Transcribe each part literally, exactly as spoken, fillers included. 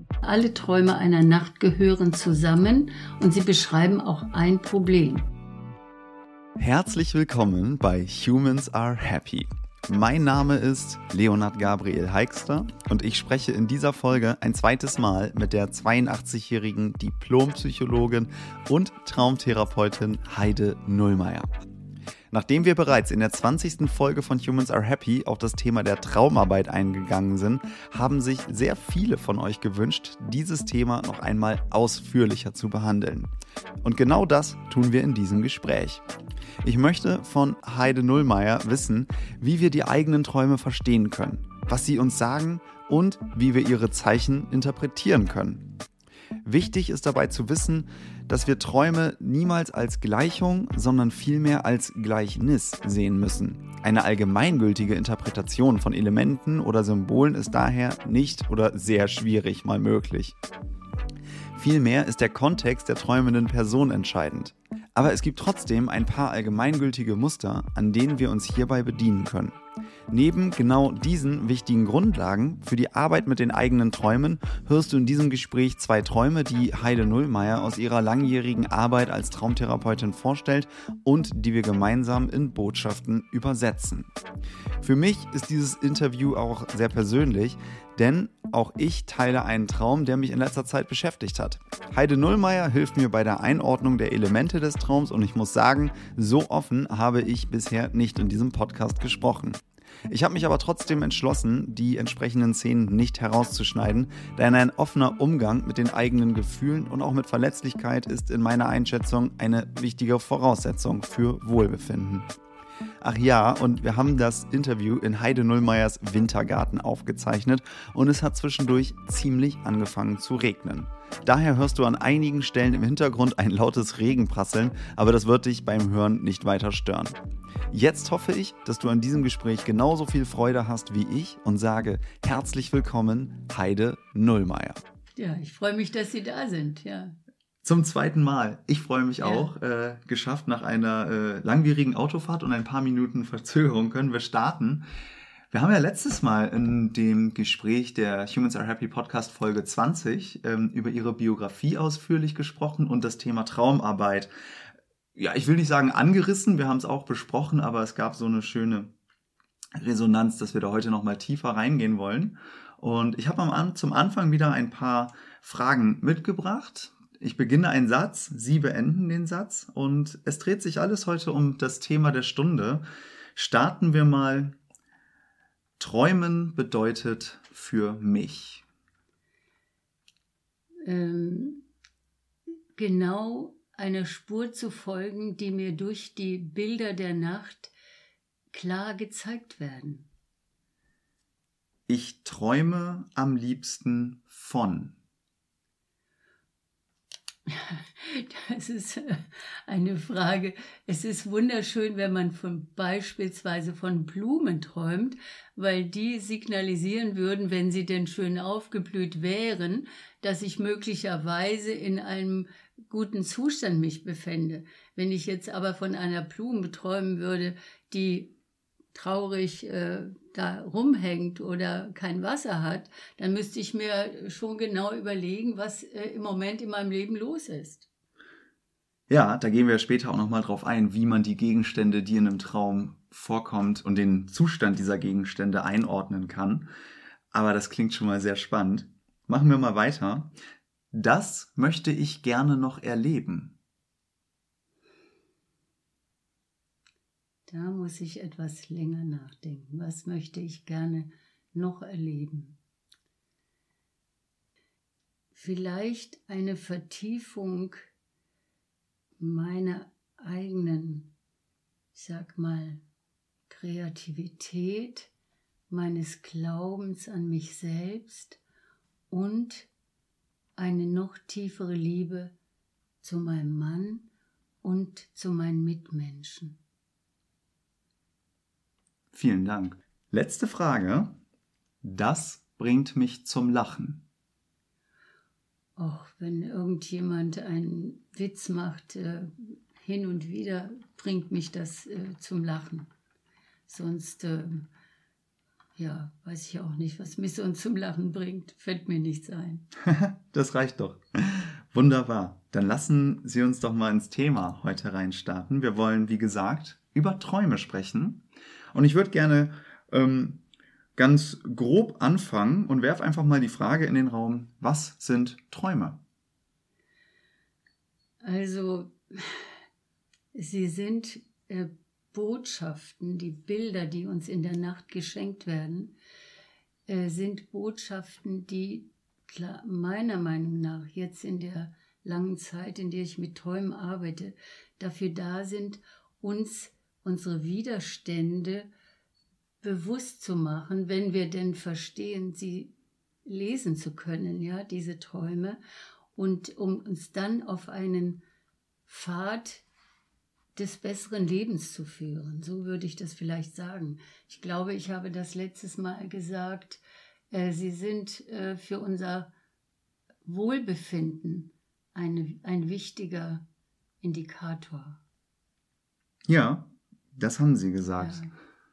Alle Träume einer Nacht gehören zusammen und sie beschreiben auch ein Problem. Herzlich willkommen bei Humans Are Happy. Mein Name ist Leonhard Gabriel Heikster und ich spreche in dieser Folge ein zweites Mal mit der zweiundachtzig-jährigen Diplompsychologin und Traumtherapeutin Heide Nullmeier. Nachdem wir bereits in der zwanzigsten Folge von Humans Are Happy auf das Thema der Traumarbeit eingegangen sind, haben sich sehr viele von euch gewünscht, dieses Thema noch einmal ausführlicher zu behandeln. Und genau das tun wir in diesem Gespräch. Ich möchte von Heide Nullmeier wissen, wie wir die eigenen Träume verstehen können, was sie uns sagen und wie wir ihre Zeichen interpretieren können. Wichtig ist dabei zu wissen, dass wir Träume niemals als Gleichung, sondern vielmehr als Gleichnis sehen müssen. Eine allgemeingültige Interpretation von Elementen oder Symbolen ist daher nicht oder sehr schwierig mal möglich. Vielmehr ist der Kontext der träumenden Person entscheidend. Aber es gibt trotzdem ein paar allgemeingültige Muster, an denen wir uns hierbei bedienen können. Neben genau diesen wichtigen Grundlagen für die Arbeit mit den eigenen Träumen hörst du in diesem Gespräch zwei Träume, die Heide Nullmeier aus ihrer langjährigen Arbeit als Traumtherapeutin vorstellt und die wir gemeinsam in Botschaften übersetzen. Für mich ist dieses Interview auch sehr persönlich, denn auch ich teile einen Traum, der mich in letzter Zeit beschäftigt hat. Heide Nullmeier hilft mir bei der Einordnung der Elemente des Traums und ich muss sagen, so offen habe ich bisher nicht in diesem Podcast gesprochen. Ich habe mich aber trotzdem entschlossen, die entsprechenden Szenen nicht herauszuschneiden, denn ein offener Umgang mit den eigenen Gefühlen und auch mit Verletzlichkeit ist in meiner Einschätzung eine wichtige Voraussetzung für Wohlbefinden. Ach ja, und wir haben das Interview in Heide Nullmeiers Wintergarten aufgezeichnet und es hat zwischendurch ziemlich angefangen zu regnen. Daher hörst du an einigen Stellen im Hintergrund ein lautes Regenprasseln, aber das wird dich beim Hören nicht weiter stören. Jetzt hoffe ich, dass du an diesem Gespräch genauso viel Freude hast wie ich und sage herzlich willkommen, Heide Nullmeier. Ja, ich freue mich, dass Sie da sind, ja. Zum zweiten Mal. Ich freue mich ja. auch. Äh, geschafft, nach einer äh, langwierigen Autofahrt und ein paar Minuten Verzögerung können wir starten. Wir haben ja letztes Mal in dem Gespräch der Humans Are Happy Podcast Folge zwanzig ähm, über Ihre Biografie ausführlich gesprochen und das Thema Traumarbeit. Ja, ich will nicht sagen angerissen, wir haben es auch besprochen, aber es gab so eine schöne Resonanz, dass wir da heute nochmal tiefer reingehen wollen. Und ich habe am, zum Anfang wieder ein paar Fragen mitgebracht. Ich beginne einen Satz, Sie beenden den Satz und es dreht sich alles heute um das Thema der Stunde. Starten wir mal. Träumen bedeutet für mich. Ähm, genau einer Spur zu folgen, die mir durch die Bilder der Nacht klar gezeigt werden. Ich träume am liebsten von. Das ist eine Frage. Es ist wunderschön, wenn man von beispielsweise von Blumen träumt, weil die signalisieren würden, wenn sie denn schön aufgeblüht wären, dass ich möglicherweise in einem guten Zustand mich befände. Wenn ich jetzt aber von einer Blume träumen würde, die traurig äh, da rumhängt oder kein Wasser hat, dann müsste ich mir schon genau überlegen, was äh, im Moment in meinem Leben los ist. Ja, da gehen wir später auch nochmal drauf ein, wie man die Gegenstände, die in einem Traum vorkommt und den Zustand dieser Gegenstände einordnen kann. Aber das klingt schon mal sehr spannend. Machen wir mal weiter. Das möchte ich gerne noch erleben. Da muss ich etwas länger nachdenken. Was möchte ich gerne noch erleben? Vielleicht eine Vertiefung meiner eigenen, ich sag mal, Kreativität, meines Glaubens an mich selbst und eine noch tiefere Liebe zu meinem Mann und zu meinen Mitmenschen. Vielen Dank. Letzte Frage. Das bringt mich zum Lachen. Och, wenn irgendjemand einen Witz macht, äh, hin und wieder bringt mich das äh, zum Lachen. Sonst, äh, ja, weiß ich auch nicht, was mich so zum Lachen bringt. Fällt mir nichts ein. Das reicht doch. Wunderbar. Dann lassen Sie uns doch mal ins Thema heute reinstarten. Wir wollen, wie gesagt, über Träume sprechen. Und ich würde gerne ähm, ganz grob anfangen und werfe einfach mal die Frage in den Raum, was sind Träume? Also, sie sind äh, Botschaften, die Bilder, die uns in der Nacht geschenkt werden, äh, sind Botschaften, die klar, meiner Meinung nach jetzt in der langen Zeit, in der ich mit Träumen arbeite, dafür da sind, uns unsere Widerstände bewusst zu machen, wenn wir denn verstehen, sie lesen zu können, ja, diese Träume, und um uns dann auf einen Pfad des besseren Lebens zu führen. So würde ich das vielleicht sagen. Ich glaube, ich habe das letztes Mal gesagt, äh, sie sind äh, für unser Wohlbefinden eine, ein wichtiger Indikator. Ja, das haben Sie gesagt. Ja.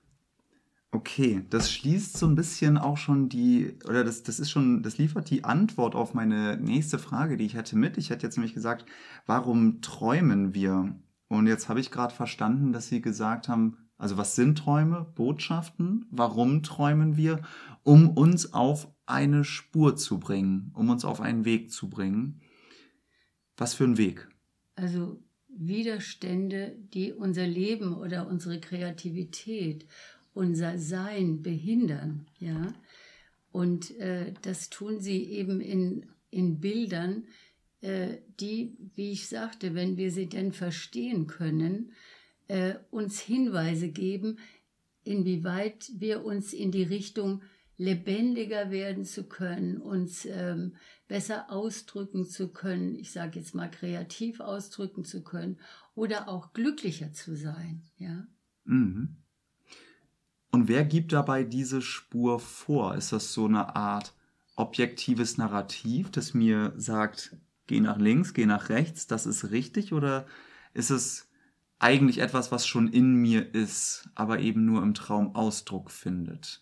Okay, das schließt so ein bisschen auch schon die, oder das, das ist schon, das liefert die Antwort auf meine nächste Frage, die ich hätte mit. Ich hätte jetzt nämlich gesagt, warum träumen wir? Und jetzt habe ich gerade verstanden, dass Sie gesagt haben, also was sind Träume? Botschaften? Warum träumen wir? Um uns auf eine Spur zu bringen, um uns auf einen Weg zu bringen. Was für ein Weg? Also Widerstände, die unser Leben oder unsere Kreativität, unser Sein behindern, ja. Und äh, das tun sie eben in, in Bildern, äh, die, wie ich sagte, wenn wir sie denn verstehen können, äh, uns Hinweise geben, inwieweit wir uns in die Richtung lebendiger werden zu können, uns ähm, besser ausdrücken zu können, ich sage jetzt mal kreativ ausdrücken zu können oder auch glücklicher zu sein, ja. Mhm. Und wer gibt dabei diese Spur vor? Ist das so eine Art objektives Narrativ, das mir sagt, geh nach links, geh nach rechts, das ist richtig? Oder ist es eigentlich etwas, was schon in mir ist, aber eben nur im Traum Ausdruck findet?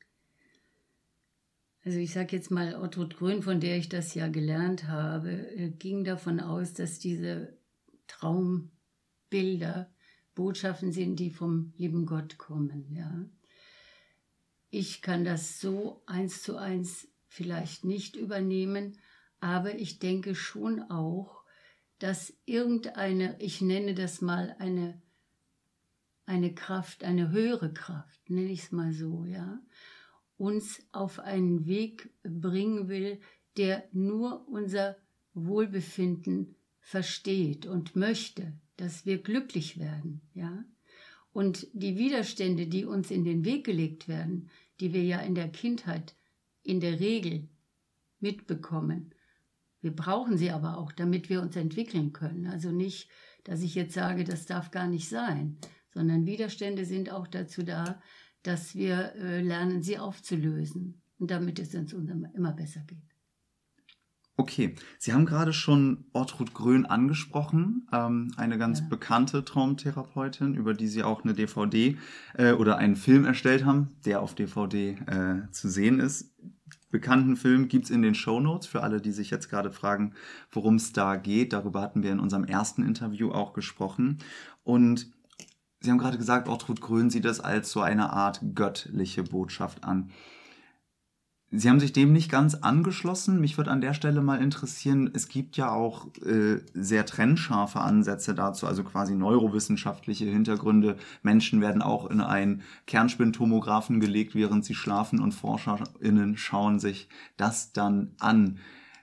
Also ich sage jetzt mal, Ortrud Grün, von der ich das ja gelernt habe, ging davon aus, dass diese Traumbilder Botschaften sind, die vom lieben Gott kommen, ja. Ich kann das so eins zu eins vielleicht nicht übernehmen, aber ich denke schon auch, dass irgendeine, ich nenne das mal eine, eine Kraft, eine höhere Kraft, nenne ich es mal so, ja, uns auf einen Weg bringen will, der nur unser Wohlbefinden versteht und möchte, dass wir glücklich werden, ja. Und die Widerstände, die uns in den Weg gelegt werden, die wir ja in der Kindheit in der Regel mitbekommen, wir brauchen sie aber auch, damit wir uns entwickeln können. Also nicht, dass ich jetzt sage, das darf gar nicht sein, sondern Widerstände sind auch dazu da, dass wir äh, lernen, sie aufzulösen und damit es uns immer besser geht. Okay, Sie haben gerade schon Ortrud Grön angesprochen, ähm, eine ganz Ja. bekannte Traumtherapeutin, über die Sie auch eine D V D äh, oder einen Film erstellt haben, der auf D V D äh, zu sehen ist. Bekannten Film gibt's in den Shownotes für alle, die sich jetzt gerade fragen, worum es da geht. Darüber hatten wir in unserem ersten Interview auch gesprochen. Und Sie haben gerade gesagt, Ortrud Grön sieht das als so eine Art göttliche Botschaft an. Sie haben sich dem nicht ganz angeschlossen. Mich würde an der Stelle mal interessieren, es gibt ja auch äh, sehr trennscharfe Ansätze dazu, also quasi neurowissenschaftliche Hintergründe. Menschen werden auch in einen Kernspintomographen gelegt, während sie schlafen, und ForscherInnen schauen sich das dann an.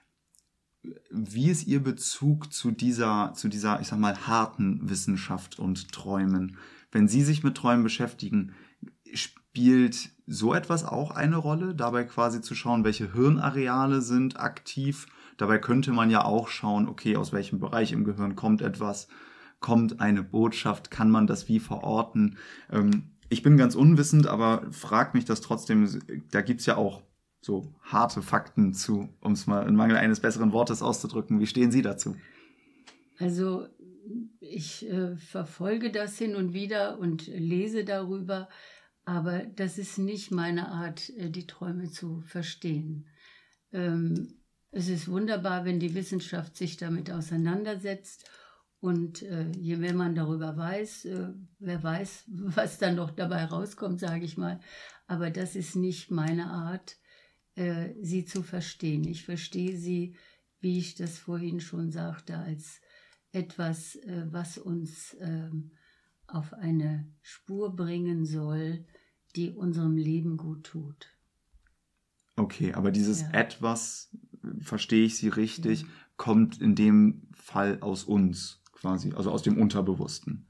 Wie ist Ihr Bezug zu dieser, zu dieser, ich sag mal, harten Wissenschaft und Träumen? Wenn Sie sich mit Träumen beschäftigen, spielt so etwas auch eine Rolle, dabei quasi zu schauen, welche Hirnareale sind aktiv? Dabei könnte man ja auch schauen, okay, aus welchem Bereich im Gehirn kommt etwas, kommt eine Botschaft, kann man das wie verorten? Ähm, ich bin ganz unwissend, aber frag mich das trotzdem, da gibt's ja auch so harte Fakten zu, um es mal in Mangel eines besseren Wortes auszudrücken. Wie stehen Sie dazu? Also ich äh, verfolge das hin und wieder und lese darüber, Aber das ist nicht meine Art, die Träume zu verstehen. Ähm, es ist wunderbar, wenn die Wissenschaft sich damit auseinandersetzt. Und äh, je mehr man darüber weiß, äh, wer weiß, was dann noch dabei rauskommt, sage ich mal. Aber das ist nicht meine Art, äh, sie zu verstehen. Ich verstehe sie, wie ich das vorhin schon sagte, als etwas, äh, was uns äh, auf eine Spur bringen soll, die unserem Leben gut tut. Okay, aber dieses Ja. Etwas, verstehe ich Sie richtig, Ja. kommt in dem Fall aus uns quasi, also aus dem Unterbewussten.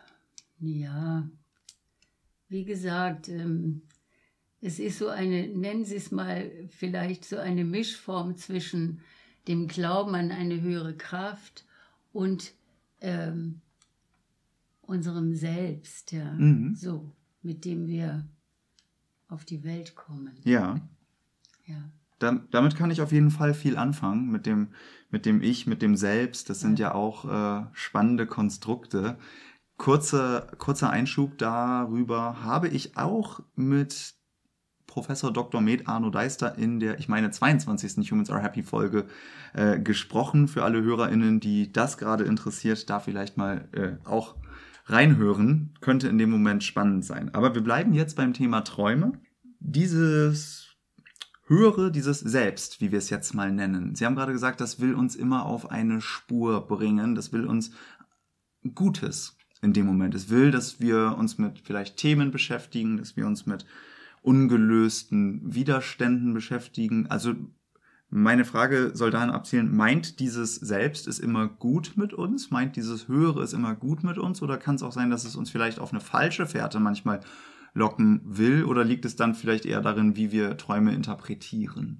Ja, wie gesagt, ähm, es ist so eine, nennen Sie es mal, vielleicht so eine Mischform zwischen dem Glauben an eine höhere Kraft und ähm, unserem Selbst, ja, Mhm. so, mit dem wir auf die Welt kommen. Ja. Ja. Da, damit kann ich auf jeden Fall viel anfangen, mit dem, mit dem Ich, mit dem Selbst. Das sind ja, ja auch äh, spannende Konstrukte. Kurze, kurzer Einschub darüber habe ich auch mit Professor Doktor Med Arno Deister in der, ich meine, zweiundzwanzigsten Humans Are Happy Folge äh, gesprochen. Für alle HörerInnen, die das gerade interessiert, da vielleicht mal äh, auch reinhören. Könnte in dem Moment spannend sein. Aber wir bleiben jetzt beim Thema Träume. Dieses Höhere, dieses Selbst, wie wir es jetzt mal nennen. Sie haben gerade gesagt, das will uns immer auf eine Spur bringen. Das will uns Gutes in dem Moment. Es will, dass wir uns mit vielleicht Themen beschäftigen, dass wir uns mit ungelösten Widerständen beschäftigen. Also meine Frage soll dahin abzielen, meint dieses Selbst ist immer gut mit uns? Meint dieses Höhere ist immer gut mit uns? Oder kann es auch sein, dass es uns vielleicht auf eine falsche Fährte manchmal locken will? Oder liegt es dann vielleicht eher darin, wie wir Träume interpretieren?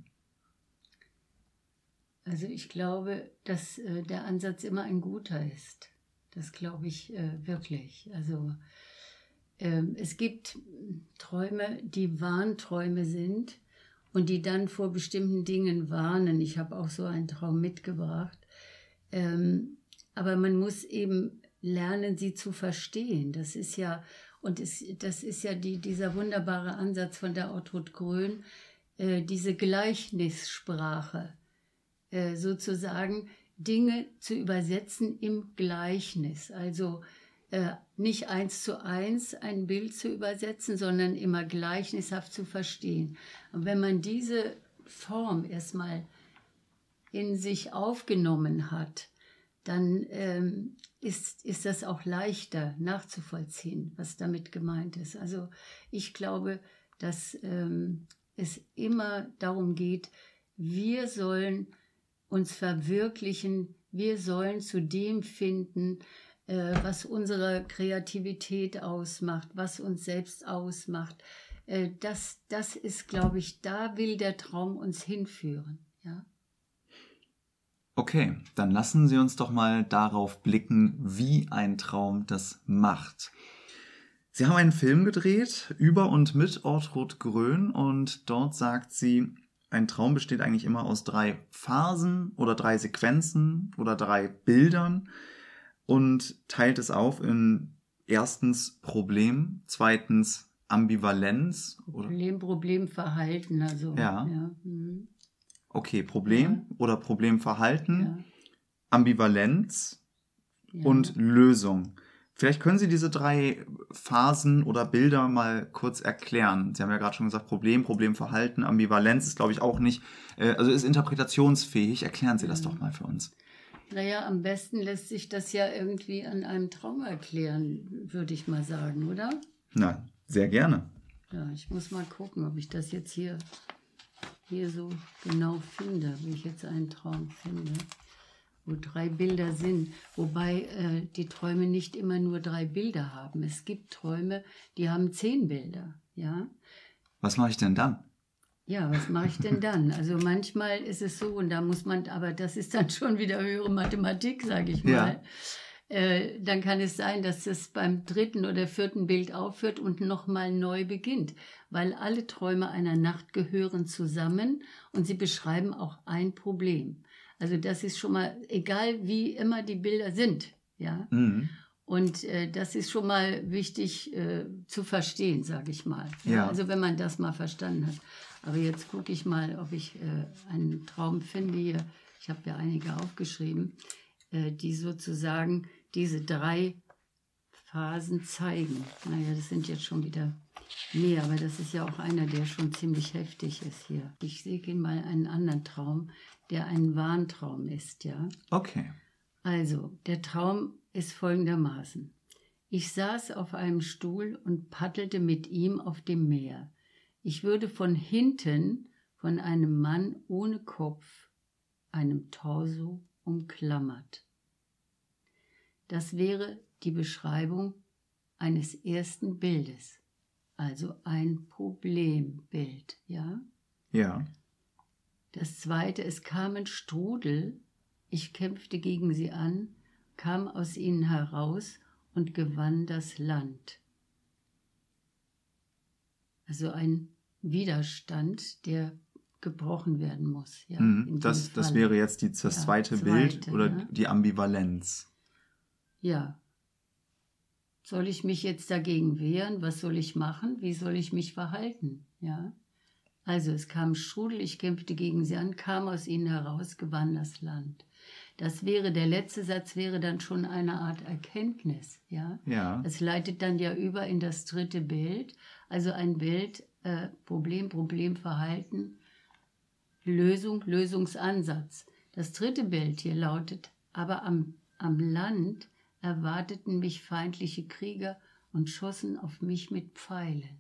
Also ich glaube, dass äh, der Ansatz immer ein guter ist. Das glaube ich äh, wirklich. Also ähm, es gibt Träume, die Warnträume sind und die dann vor bestimmten Dingen warnen. Ich habe auch so einen Traum mitgebracht. Ähm, aber man muss eben lernen, sie zu verstehen. Das ist ja, und es, das ist ja die, dieser wunderbare Ansatz von der Ortrud Grön, äh, diese Gleichnissprache, äh, sozusagen Dinge zu übersetzen im Gleichnis. Also äh, nicht eins zu eins ein Bild zu übersetzen, sondern immer gleichnishaft zu verstehen. Und wenn man diese Form erstmal in sich aufgenommen hat, dann ähm, ist, ist das auch leichter nachzuvollziehen, was damit gemeint ist. Also ich glaube, dass ähm, es immer darum geht, wir sollen uns verwirklichen, wir sollen zu dem finden, äh, was unsere Kreativität ausmacht, was uns selbst ausmacht. Äh, das, das ist, glaube ich, da will der Traum uns hinführen, ja. Okay, dann lassen Sie uns doch mal darauf blicken, wie ein Traum das macht. Sie haben einen Film gedreht über und mit Ortrud Grön und dort sagt sie, ein Traum besteht eigentlich immer aus drei Phasen oder drei Sequenzen oder drei Bildern und teilt es auf in erstens Problem, zweitens Ambivalenz. Oder? Problem, Problem, Verhalten, also. Ja. ja. Mhm. Okay, Problem Ja. oder Problemverhalten, Ja. Ambivalenz Ja. und Lösung. Vielleicht können Sie diese drei Phasen oder Bilder mal kurz erklären. Sie haben ja gerade schon gesagt, Problem, Problemverhalten, Ambivalenz ist, glaube ich, auch nicht, äh, also ist interpretationsfähig. Erklären Sie das doch mal für uns. Naja, am besten lässt sich das ja irgendwie an einem Traum erklären, würde ich mal sagen, oder? Na, sehr gerne. Ja, ich muss mal gucken, ob ich das jetzt hier, hier so genau finde, wie ich jetzt einen Traum finde, wo drei Bilder sind. Wobei äh, die Träume nicht immer nur drei Bilder haben. Es gibt Träume, die haben zehn Bilder, ja. Was mache ich denn dann? Ja, was mache ich denn dann? Also manchmal ist es so, und da muss man, aber das ist dann schon wieder höhere Mathematik, sage ich mal. Ja. Äh, dann kann es sein, dass es beim dritten oder vierten Bild aufhört und nochmal neu beginnt, weil alle Träume einer Nacht gehören zusammen und sie beschreiben auch ein Problem. Also das ist schon mal, egal wie immer die Bilder sind, ja. Mhm. Und äh, das ist schon mal wichtig äh, zu verstehen, sage ich mal. Ja, Ja. Also wenn man das mal verstanden hat. Aber jetzt gucke ich mal, ob ich äh, einen Traum finde hier. Ich habe ja einige aufgeschrieben, äh, die sozusagen diese drei Phasen zeigen. Naja, das sind jetzt schon wieder mehr, aber das ist ja auch einer, der schon ziemlich heftig ist hier. Ich sehe Ihnen mal einen anderen Traum, der ein Warntraum ist, ja. Okay. Also, der Traum ist folgendermaßen. Ich saß auf einem Stuhl und paddelte mit ihm auf dem Meer. Ich würde von hinten von einem Mann ohne Kopf, einem Torso, umklammert. Das wäre die Beschreibung eines ersten Bildes, also ein Problembild, ja? Ja. Das zweite, es kamen Strudel, ich kämpfte gegen sie an, kam aus ihnen heraus und gewann das Land. Also ein Widerstand, der gebrochen werden muss. Ja, Mhm. in Das, dem das Fall. wäre jetzt die, das Ja, zweite, zweite, Bild oder ja. die Ambivalenz. Ja. Soll ich mich jetzt dagegen wehren? Was soll ich machen? Wie soll ich mich verhalten? Ja. Also es kam Strudel, ich kämpfte gegen sie an, kam aus ihnen heraus, gewann das Land. Das wäre, der letzte Satz wäre dann schon eine Art Erkenntnis. Ja. Ja. Es leitet dann ja über in das dritte Bild, also ein Bild, äh, Problem, Problemverhalten, Lösung, Lösungsansatz. Das dritte Bild hier lautet, aber am, am Land erwarteten mich feindliche Krieger und schossen auf mich mit Pfeilen.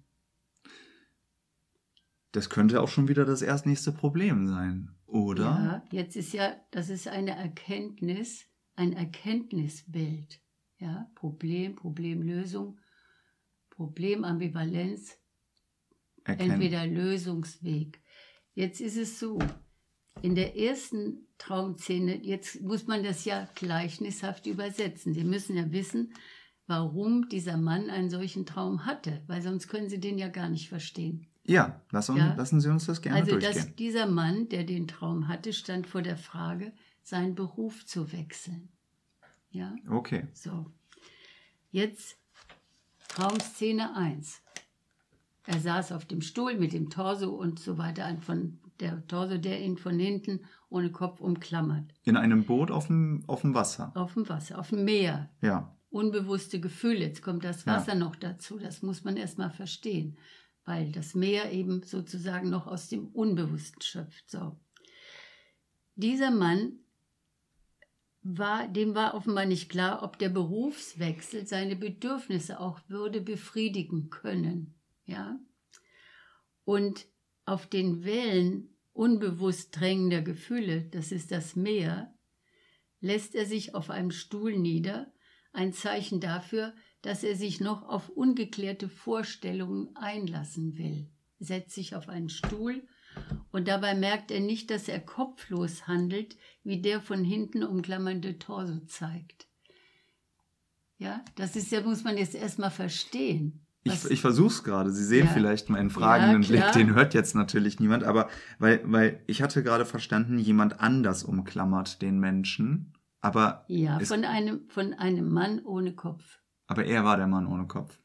Das könnte auch schon wieder das erstnächste Problem sein, oder? Ja, jetzt ist ja, das ist eine Erkenntnis, ein Erkenntnisbild. Ja, Problem, Problemlösung, Problemambivalenz, Erkennt. entweder Lösungsweg. Jetzt ist es so, in der ersten Traumszene, jetzt muss man das ja gleichnishaft übersetzen. Sie müssen ja wissen, warum dieser Mann einen solchen Traum hatte, weil sonst können Sie den ja gar nicht verstehen. Ja, lassen, Ja. lassen Sie uns das gerne Also durchgehen. dass dieser Mann, der den Traum hatte, stand vor der Frage, seinen Beruf zu wechseln. Ja, Okay. so. Jetzt Traumszene eins. Er saß auf dem Stuhl mit dem Torso und so weiter, ein von der Torso, der ihn von hinten ohne Kopf umklammert. In einem Boot auf dem, auf dem Wasser. Auf dem Wasser, auf dem Meer. Ja. Unbewusste Gefühle, jetzt kommt das Wasser Ja. noch dazu, das muss man erstmal verstehen, weil das Meer eben sozusagen noch aus dem Unbewussten schöpft. So. Dieser Mann, war, dem war offenbar nicht klar, ob der Berufswechsel seine Bedürfnisse auch würde befriedigen können. Ja? Und auf den Wellen unbewusst drängender Gefühle, das ist das Meer, lässt er sich auf einem Stuhl nieder, ein Zeichen dafür, dass er sich noch auf ungeklärte Vorstellungen einlassen will. Setzt sich auf einen Stuhl und dabei merkt er nicht, dass er kopflos handelt, wie der von hinten umklammernde Torso zeigt. Ja, das ist ja, muss man jetzt erstmal verstehen. Ich, ich versuche es gerade. Sie sehen Ja. vielleicht meinen fragenden Ja, Blick, klar. den hört jetzt natürlich niemand, aber weil, weil ich hatte gerade verstanden, jemand anders umklammert den Menschen, aber, Ja, es, von einem, von einem Mann ohne Kopf. aber er war der Mann ohne Kopf.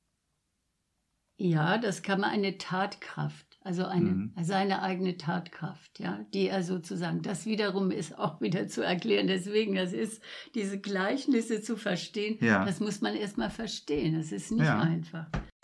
Ja, das kann man eine Tatkraft, also eine, Mhm. seine eigene Tatkraft, ja, die er sozusagen, das wiederum ist auch wieder zu erklären, deswegen, das ist, diese Gleichnisse zu verstehen, Ja. das muss man erstmal verstehen, das ist nicht Ja. einfach.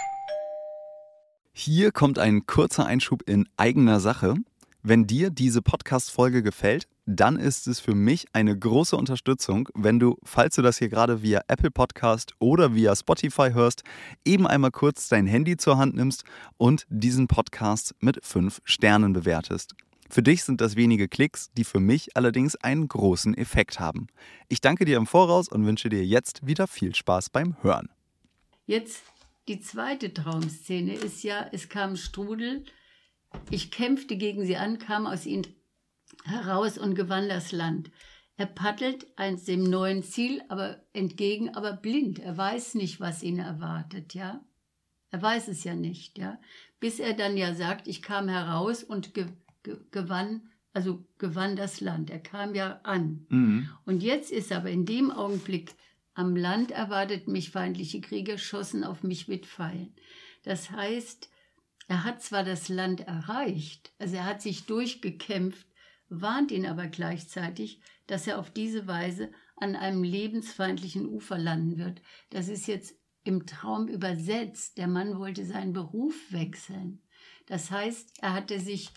Hier kommt ein kurzer Einschub in eigener Sache. Wenn dir diese Podcast-Folge gefällt, dann ist es für mich eine große Unterstützung, wenn du, falls du das hier gerade via Apple Podcast oder via Spotify hörst, eben einmal kurz dein Handy zur Hand nimmst und diesen Podcast mit fünf Sternen bewertest. Für dich sind das wenige Klicks, die für mich allerdings einen großen Effekt haben. Ich danke dir im Voraus und wünsche dir jetzt wieder viel Spaß beim Hören. Jetzt die zweite Traumszene ist ja, es kam Strudel, ich kämpfte gegen sie an, kam aus ihnen heraus und gewann das Land. Er paddelt eins dem neuen Ziel aber entgegen, aber blind. Er weiß nicht, was ihn erwartet, ja. Er weiß es ja nicht, ja. Bis er dann ja sagt, ich kam heraus und ge, ge, gewann, also gewann das Land. Er kam ja an. Mhm. Und jetzt ist aber in dem Augenblick Am Land erwartet mich feindliche Krieger, schossen auf mich mit Pfeilen. Das heißt, er hat zwar das Land erreicht, also er hat sich durchgekämpft, warnt ihn aber gleichzeitig, dass er auf diese Weise an einem lebensfeindlichen Ufer landen wird. Das ist jetzt im Traum übersetzt. Der Mann wollte seinen Beruf wechseln. Das heißt, er hatte sich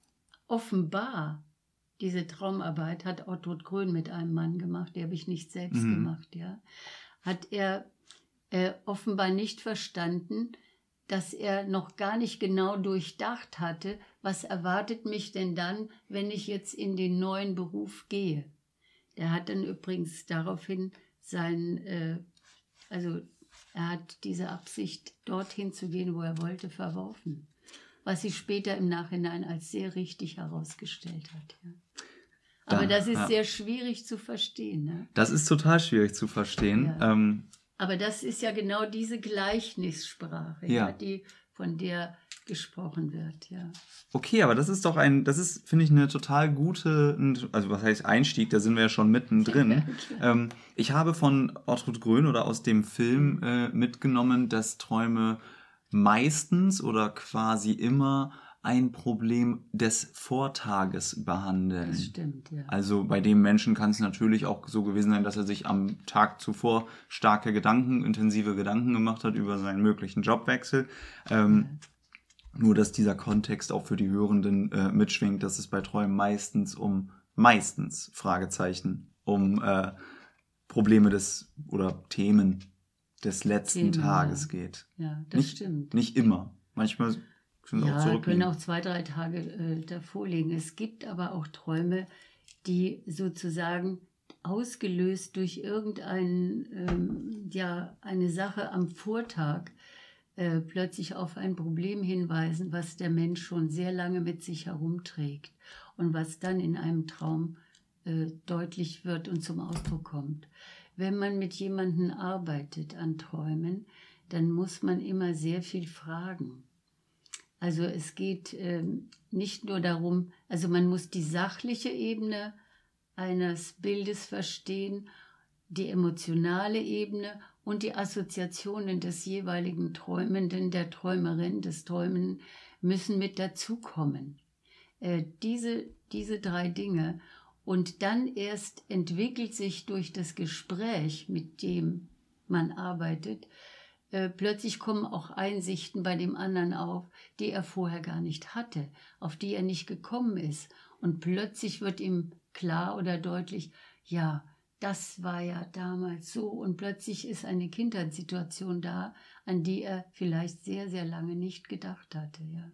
offenbar, diese Traumarbeit hat Otto Grön mit einem Mann gemacht, die habe ich nicht selbst Mhm. gemacht, ja, hat er äh, offenbar nicht verstanden, dass er noch gar nicht genau durchdacht hatte, was erwartet mich denn dann, wenn ich jetzt in den neuen Beruf gehe. Er hat dann übrigens daraufhin sein, äh, also er hat diese Absicht, dorthin zu gehen, wo er wollte, verworfen. Was sich später im Nachhinein als sehr richtig herausgestellt hat. Ja. Aber Da, das ist ja. sehr schwierig zu verstehen. Ne? Das ist total schwierig zu verstehen. Ja. Ähm, Aber das ist ja genau diese Gleichnissprache, Ja. ja, die, von der gesprochen wird. Ja. Okay, aber das ist doch ein, das ist, finde ich, eine total gute, also was heißt Einstieg, da sind wir ja schon mittendrin. Ja, klar. ähm, ich habe von Ortrud Grön oder aus dem Film äh, mitgenommen, dass Träume meistens oder quasi immer ein Problem des Vortages behandeln. Das stimmt, ja. Also bei dem Menschen kann es natürlich auch so gewesen sein, dass er sich am Tag zuvor starke Gedanken, intensive Gedanken gemacht hat über seinen möglichen Jobwechsel. Ähm, Ja. Nur, dass dieser Kontext auch für die Hörenden äh, mitschwingt, dass es bei Träumen meistens um, meistens, Fragezeichen, um äh, Probleme des oder Themen des letzten Themen, Tages ja. geht. Ja, das Nicht, stimmt. nicht immer. Manchmal sind es auch Ja, können zurückliegen. auch zwei, drei Tage äh, davor liegen. Es gibt aber auch Träume, die sozusagen ausgelöst durch irgendein, ähm, ja, eine Sache am Vortag äh, plötzlich auf ein Problem hinweisen, was der Mensch schon sehr lange mit sich herumträgt und was dann in einem Traum äh, deutlich wird und zum Ausdruck kommt. Wenn man mit jemandem arbeitet an Träumen, dann muss man immer sehr viel fragen. Also es geht ähm, nicht nur darum, also man muss die sachliche Ebene eines Bildes verstehen, die emotionale Ebene und die Assoziationen des jeweiligen Träumenden, der Träumerin, des Träumenden müssen mit dazukommen. Äh, diese, diese drei Dinge. Und dann erst entwickelt sich durch das Gespräch, mit dem man arbeitet, äh, plötzlich kommen auch Einsichten bei dem anderen auf, die er vorher gar nicht hatte, auf die er nicht gekommen ist. Und plötzlich wird ihm klar oder deutlich, ja, das war ja damals so. Und plötzlich ist eine Kindheitssituation da, an die er vielleicht sehr, sehr lange nicht gedacht hatte. Ja,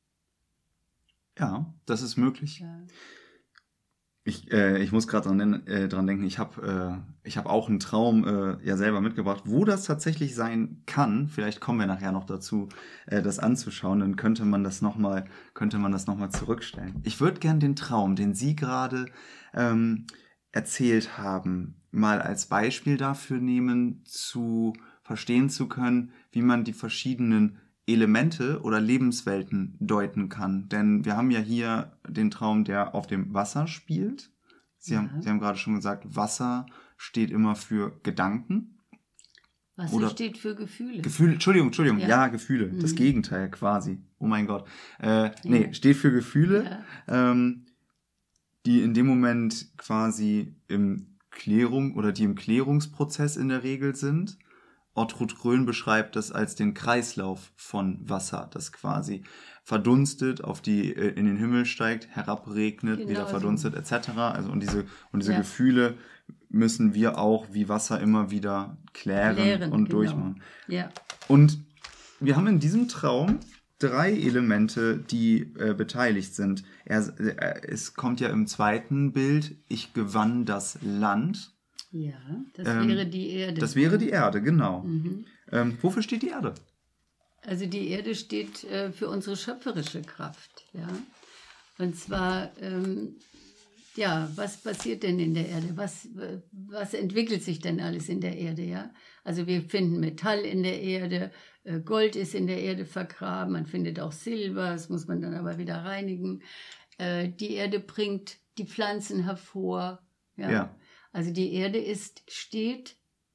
Ja, das ist möglich. ja. Ich, äh, ich muss gerade dran, äh, dran denken, ich habe äh, ich hab auch einen Traum äh, ja selber mitgebracht, wo das tatsächlich sein kann. Vielleicht kommen wir nachher noch dazu, äh, das anzuschauen. Dann könnte man das nochmal könnte man das noch mal zurückstellen. Ich würde gern den Traum, den Sie gerade ähm, erzählt haben, mal als Beispiel dafür nehmen, zu verstehen zu können, wie man die verschiedenen Elemente oder Lebenswelten deuten kann. Denn wir haben ja hier den Traum, der auf dem Wasser spielt. Sie, Ja. haben, Sie haben gerade schon gesagt, Wasser steht immer für Gedanken. Was Oder steht für Gefühle? Gefühle, Entschuldigung, Entschuldigung, ja, Ja. Gefühle. Das Mhm. Gegenteil quasi. Oh mein Gott. Äh, nee, Ja. steht für Gefühle, ähm, die in dem Moment quasi im Klärung oder die im Klärungsprozess in der Regel sind. Ortrud Grön beschreibt das als den Kreislauf von Wasser, das quasi verdunstet, auf die äh, in den Himmel steigt, herabregnet, Genau wieder so. verdunstet et cetera. Also und diese und diese Ja. Gefühle müssen wir auch wie Wasser immer wieder klären, Klären, und genau. durchmachen. Ja, Und wir haben in diesem Traum drei Elemente, die äh, beteiligt sind. Er, äh, es kommt ja im zweiten Bild, ich gewann das Land. ja, das Ähm, wäre die Erde. Das wäre die Erde, genau. Mhm. Ähm, wofür steht die Erde? Also die Erde steht äh, für unsere schöpferische Kraft, ja. Und zwar, ähm, ja, was passiert denn in der Erde? Was, äh, was entwickelt sich denn alles in der Erde, ja? Also wir finden Metall in der Erde, äh, Gold ist in der Erde vergraben, man findet auch Silber, das muss man dann aber wieder reinigen. Äh, die Erde bringt die Pflanzen hervor, ja. Ja. Also die Erde ist, steht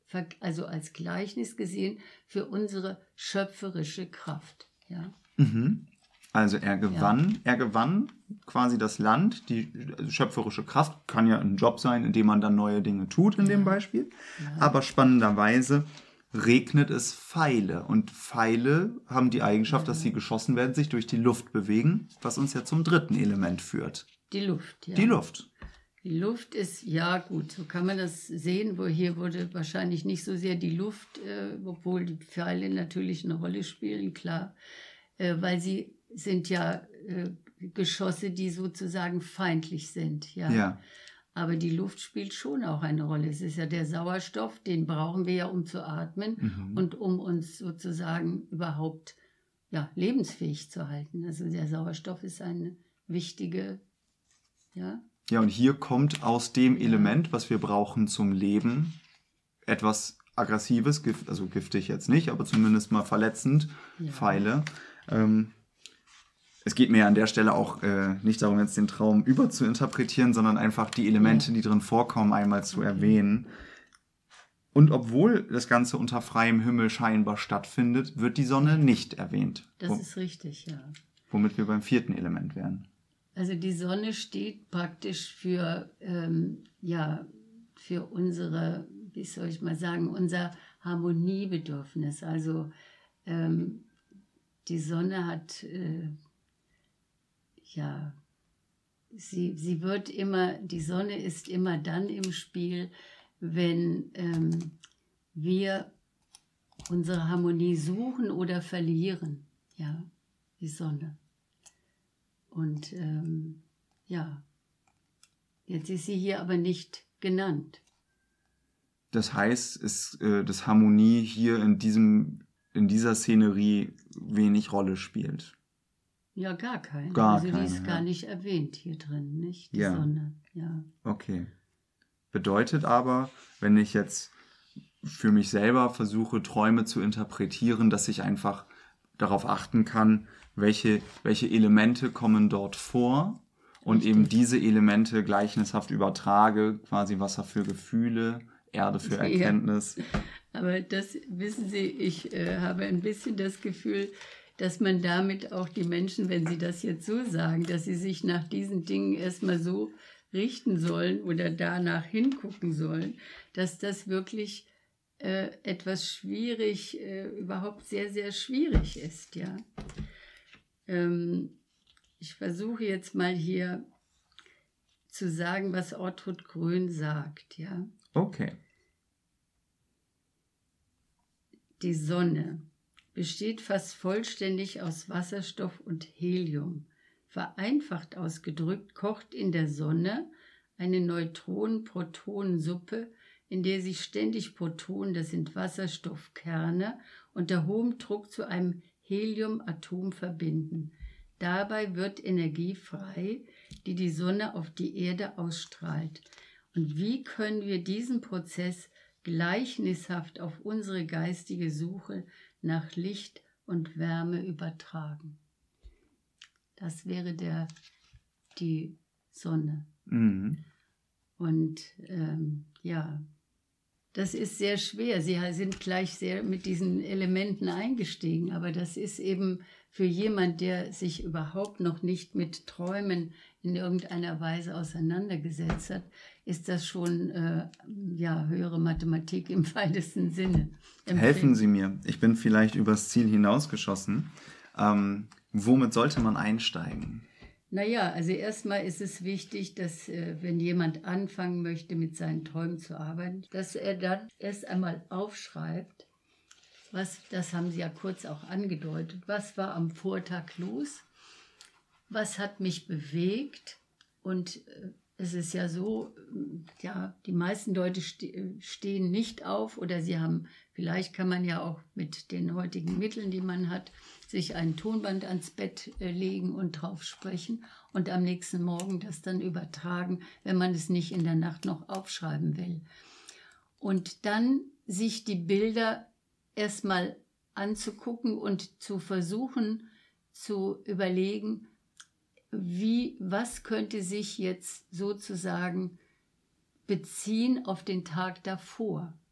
also als Gleichnis gesehen, für unsere schöpferische Kraft. Ja. Mhm. Also er gewann, ja. er gewann quasi das Land, die schöpferische Kraft, kann ja ein Job sein, in dem man dann neue Dinge tut in ja. dem Beispiel. Ja. Aber spannenderweise regnet es Pfeile. Und Pfeile haben die Eigenschaft, ja. dass sie geschossen werden, sich durch die Luft bewegen, was uns ja zum dritten Element führt. Die Luft, ja. Die Luft. Die Luft ist, ja gut, so kann man das sehen, wo hier wurde wahrscheinlich nicht so sehr die Luft, äh, obwohl die Pfeile natürlich eine Rolle spielen, klar, äh, weil sie sind ja äh, Geschosse, die sozusagen feindlich sind, ja. ja. Aber die Luft spielt schon auch eine Rolle. Es ist ja der Sauerstoff, den brauchen wir ja, um zu atmen mhm. und um uns sozusagen überhaupt ja, lebensfähig zu halten. Also der Sauerstoff ist eine wichtige, ja. Ja, und hier kommt aus dem ja. Element, was wir brauchen zum Leben, etwas Aggressives, Gift, also giftig jetzt nicht, aber zumindest mal verletzend, ja. Pfeile. Ähm, Es geht mir an der Stelle auch äh, nicht darum, jetzt den Traum überzuinterpretieren, sondern einfach die Elemente, ja. die drin vorkommen, einmal zu okay. erwähnen. Und obwohl das Ganze unter freiem Himmel scheinbar stattfindet, wird die Sonne nicht erwähnt. Das Wo- ist richtig, ja. Womit wir beim vierten Element wären. Also die Sonne steht praktisch für, ähm, ja, für unsere, wie soll ich mal sagen, unser Harmoniebedürfnis. Also ähm, die Sonne hat... Äh, Ja, sie, sie wird immer, die Sonne ist immer dann im Spiel, wenn ähm, wir unsere Harmonie suchen oder verlieren, ja, die Sonne. Und ähm, ja, jetzt ist sie hier aber nicht genannt. Das heißt, ist, äh, dass Harmonie hier in, diesem, in dieser Szenerie wenig Rolle spielt. Ja, gar keine. Gar also keine, die ist ja. gar nicht erwähnt hier drin, nicht? Die ja. Sonne, ja. Okay. Bedeutet aber, wenn ich jetzt für mich selber versuche, Träume zu interpretieren, dass ich einfach darauf achten kann, welche, welche Elemente kommen dort vor und Richtig. Eben diese Elemente gleichnishaft übertrage, quasi Wasser für Gefühle, Erde für Erkenntnis. Ja. Aber das, wissen Sie, ich äh, habe ein bisschen das Gefühl, dass man damit auch die Menschen, wenn sie das jetzt so sagen, dass sie sich nach diesen Dingen erstmal so richten sollen oder danach hingucken sollen, dass das wirklich äh, etwas schwierig, äh, überhaupt sehr, sehr schwierig ist. Ja. Ähm, ich versuche jetzt mal hier zu sagen, was Ortrud Grön sagt. Ja. Okay. Die Sonne besteht fast vollständig aus Wasserstoff und Helium. Vereinfacht ausgedrückt kocht in der Sonne eine Neutronen-Protonen-Suppe, in der sich ständig Protonen, das sind Wasserstoffkerne, unter hohem Druck zu einem Heliumatom verbinden. Dabei wird Energie frei, die die Sonne auf die Erde ausstrahlt. Und wie können wir diesen Prozess gleichnishaft auf unsere geistige Suche nach Licht und Wärme übertragen? Das wäre der, die Sonne. Mhm. Und ähm, ja, das ist sehr schwer. Sie sind gleich sehr mit diesen Elementen eingestiegen, aber das ist eben für jemand, der sich überhaupt noch nicht mit Träumen in irgendeiner Weise auseinandergesetzt hat, ist das schon äh, ja, höhere Mathematik im weitesten Sinne. Helfen Sie mir. Ich bin vielleicht übers Ziel hinausgeschossen. Ähm, womit sollte man einsteigen? Naja, also erstmal ist es wichtig, dass äh, wenn jemand anfangen möchte, mit seinen Träumen zu arbeiten, dass er dann erst einmal aufschreibt, was, das haben Sie ja kurz auch angedeutet, was war am Vortag los, was hat mich bewegt. Und äh, es ist ja so, ja, die meisten Leute ste- stehen nicht auf oder sie haben, vielleicht kann man ja auch mit den heutigen Mitteln, die man hat, sich ein Tonband ans Bett äh, legen und drauf sprechen und am nächsten Morgen das dann übertragen, wenn man es nicht in der Nacht noch aufschreiben will. Und dann sich die Bilder erstmal anzugucken und zu versuchen zu überlegen, wie, was könnte sich jetzt sozusagen beziehen auf den Tag davor.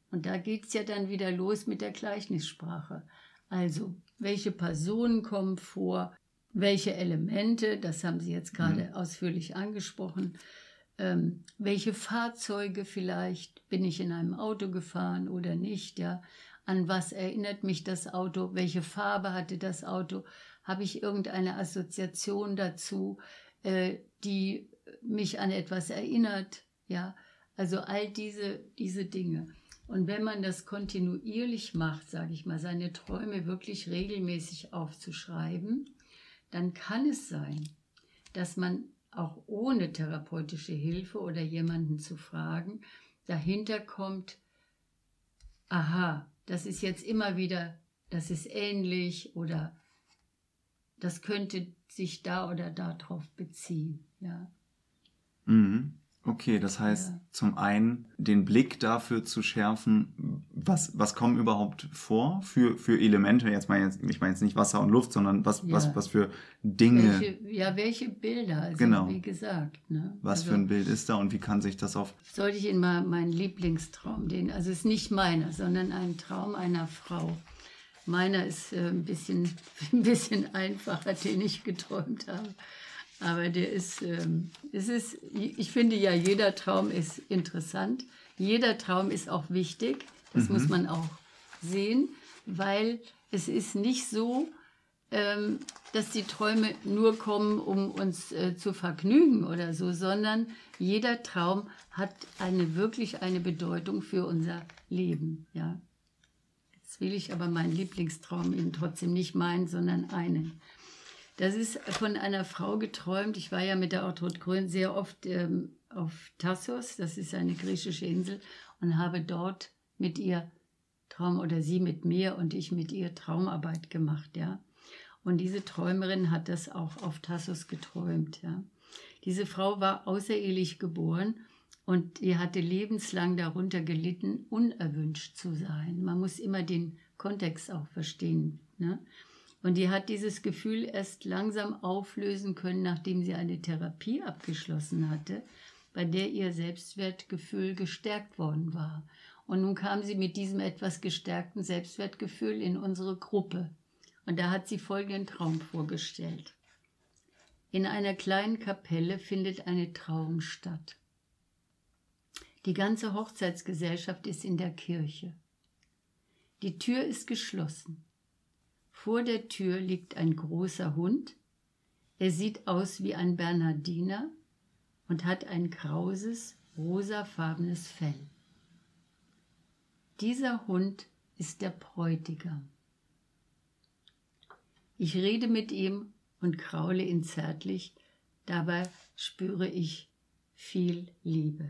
Und da geht es ja dann wieder los mit der Gleichnissprache. Also, welche Personen kommen vor, welche Elemente, das haben Sie jetzt gerade mhm. ausführlich angesprochen, ähm, welche Fahrzeuge vielleicht, bin ich in einem Auto gefahren oder nicht, ja, an was erinnert mich das Auto, welche Farbe hatte das Auto, habe ich irgendeine Assoziation dazu, äh, die mich an etwas erinnert, ja, also all diese, diese Dinge. Und wenn man das kontinuierlich macht, sage ich mal, seine Träume wirklich regelmäßig aufzuschreiben, dann kann es sein, dass man auch ohne therapeutische Hilfe oder jemanden zu fragen, dahinter kommt, aha, das ist jetzt immer wieder, das ist ähnlich oder das könnte sich da oder da drauf beziehen. Ja. Mhm. Okay, das heißt, ja. zum einen den Blick dafür zu schärfen, was, was kommen überhaupt vor für, für Elemente, jetzt meine jetzt, ich meine jetzt nicht Wasser und Luft, sondern was, ja. was, was für Dinge. Welche, ja, welche Bilder, also genau. wie gesagt. Ne? Was also, für ein Bild ist da und wie kann sich das auf... Sollte ich Ihnen mal meinen Lieblingstraum, den, also es ist nicht meiner, sondern ein Traum einer Frau. Meiner ist äh, ein bisschen, ein bisschen einfacher, den ich geträumt habe. Aber der ist, ähm, es ist, ich finde ja, jeder Traum ist interessant. Jeder Traum ist auch wichtig. Das mhm. muss man auch sehen, weil es ist nicht so, ähm, dass die Träume nur kommen, um uns äh, zu vergnügen oder so, sondern jeder Traum hat eine, wirklich eine Bedeutung für unser Leben. Ja. Jetzt will ich aber meinen Lieblingstraum Ihnen trotzdem nicht meinen, sondern einen. Das ist von einer Frau geträumt. Ich war ja mit der Ortrud Grön sehr oft ähm, auf Tassos, das ist eine griechische Insel, und habe dort mit ihr Traum, oder sie mit mir und ich mit ihr Traumarbeit gemacht, ja. Und diese Träumerin hat das auch auf Tassos geträumt, ja. Diese Frau war außerehelich geboren und die hatte lebenslang darunter gelitten, unerwünscht zu sein. Man muss immer den Kontext auch verstehen, ne? Und die hat dieses Gefühl erst langsam auflösen können, nachdem sie eine Therapie abgeschlossen hatte, bei der ihr Selbstwertgefühl gestärkt worden war. Und nun kam sie mit diesem etwas gestärkten Selbstwertgefühl in unsere Gruppe. Und da hat sie folgenden Traum vorgestellt. In einer kleinen Kapelle findet eine Trauung statt. Die ganze Hochzeitsgesellschaft ist in der Kirche. Die Tür ist geschlossen. Vor der Tür liegt ein großer Hund. Er sieht aus wie ein Bernhardiner und hat ein krauses, rosafarbenes Fell. Dieser Hund ist der Bräutigam. Ich rede mit ihm und kraule ihn zärtlich, dabei spüre ich viel Liebe.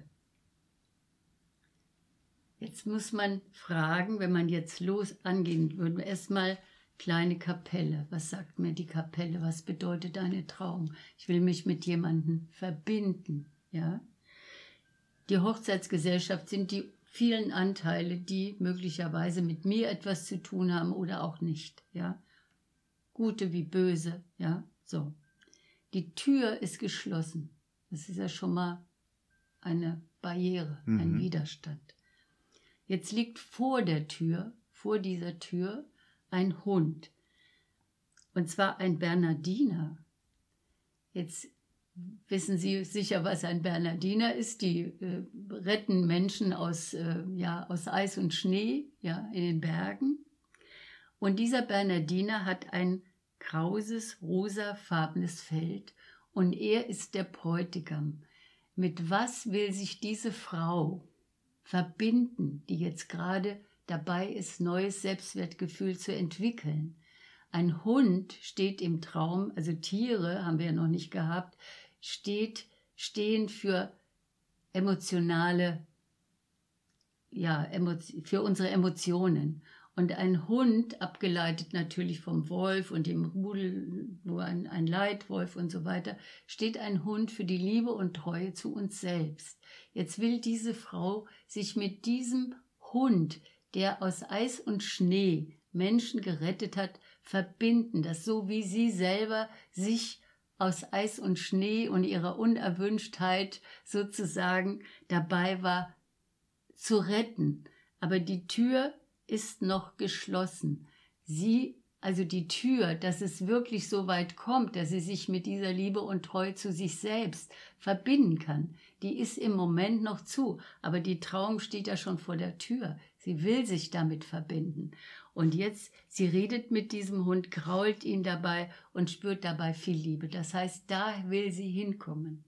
Jetzt muss man fragen, wenn man jetzt los angehen würde, erstmal kleine Kapelle. Was sagt mir die Kapelle? Was bedeutet eine Trauung? Ich will mich mit jemandem verbinden, ja? Die Hochzeitsgesellschaft sind die vielen Anteile, die möglicherweise mit mir etwas zu tun haben oder auch nicht, ja? Gute wie böse, ja? So. Die Tür ist geschlossen. Das ist ja schon mal eine Barriere, mhm. ein Widerstand. Jetzt liegt vor der Tür, vor dieser Tür, ein Hund, und zwar ein Bernhardiner. Jetzt wissen Sie sicher, was ein Bernhardiner ist. Die äh, retten Menschen aus, äh, ja, aus Eis und Schnee, ja, in den Bergen. Und dieser Bernhardiner hat ein krauses, rosafarbenes Fell und er ist der Bräutigam. Mit was will sich diese Frau verbinden, die jetzt gerade dabei ist, neues Selbstwertgefühl zu entwickeln? Ein Hund steht im Traum, also Tiere haben wir ja noch nicht gehabt, steht, stehen für emotionale, ja, für unsere Emotionen. Und ein Hund, abgeleitet natürlich vom Wolf und dem Rudel, nur ein, ein Leitwolf und so weiter, steht ein Hund für die Liebe und Treue zu uns selbst. Jetzt will diese Frau sich mit diesem Hund, der aus Eis und Schnee Menschen gerettet hat, verbinden, dass so wie sie selber sich aus Eis und Schnee und ihrer Unerwünschtheit sozusagen dabei war zu retten. aber die Tür ist noch geschlossen. Sie, also die Tür, dass es wirklich so weit kommt, dass sie sich mit dieser Liebe und Treue zu sich selbst verbinden kann, die ist im Moment noch zu, aber die Trauung steht ja schon vor der Tür. Sie will sich damit verbinden. Und jetzt, sie redet mit diesem Hund, krault ihn dabei und spürt dabei viel Liebe. Das heißt, da will sie hinkommen.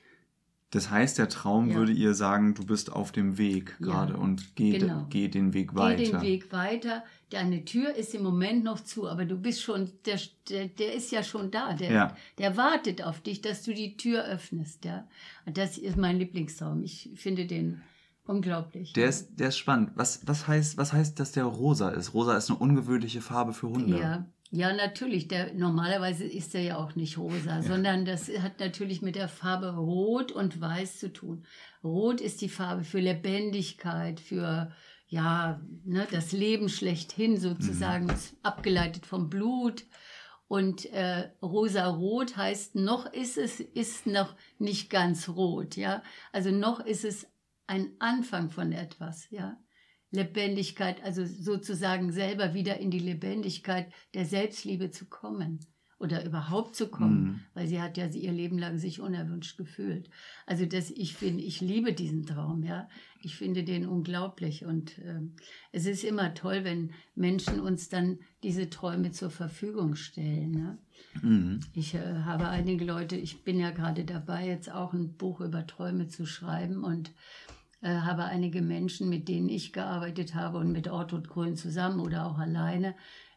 Das heißt, der Traum Ja. würde ihr sagen, du bist auf dem Weg gerade Ja, und geh, genau. geh den Weg weiter. Geh den Weg weiter. Deine Tür ist im Moment noch zu, aber du bist schon, der, der, der ist ja schon da. Der, Ja. der wartet auf dich, dass du die Tür öffnest. Ja? Und das ist mein Lieblingstraum. Ich finde den unglaublich. Der ist, der ist spannend. Was, was, heißt, was heißt, dass der rosa ist? Rosa ist eine ungewöhnliche Farbe für Hunde. Ja, ja, natürlich. Der, normalerweise ist er ja auch nicht rosa, ja. sondern das hat natürlich mit der Farbe Rot und Weiß zu tun. Rot ist die Farbe für Lebendigkeit, für ja, ne, das Leben schlechthin sozusagen, mhm. abgeleitet vom Blut. Und äh, rosa-rot heißt, noch ist es ist noch nicht ganz rot, ja. Also noch ist es ein Anfang von etwas, ja. Lebendigkeit, also sozusagen selber wieder in die Lebendigkeit der Selbstliebe zu kommen oder überhaupt zu kommen, mhm. weil sie hat ja ihr Leben lang sich unerwünscht gefühlt. Also das, ich finde, ich liebe diesen Traum, ja. Ich finde den unglaublich und äh, es ist immer toll, wenn Menschen uns dann diese Träume zur Verfügung stellen, ne? Mhm. Ich äh, habe einige Leute, ich bin ja gerade dabei, jetzt auch ein Buch über Träume zu schreiben und habe einige Menschen, mit denen ich gearbeitet habe und mit Ortrud Grün zusammen oder auch alleine,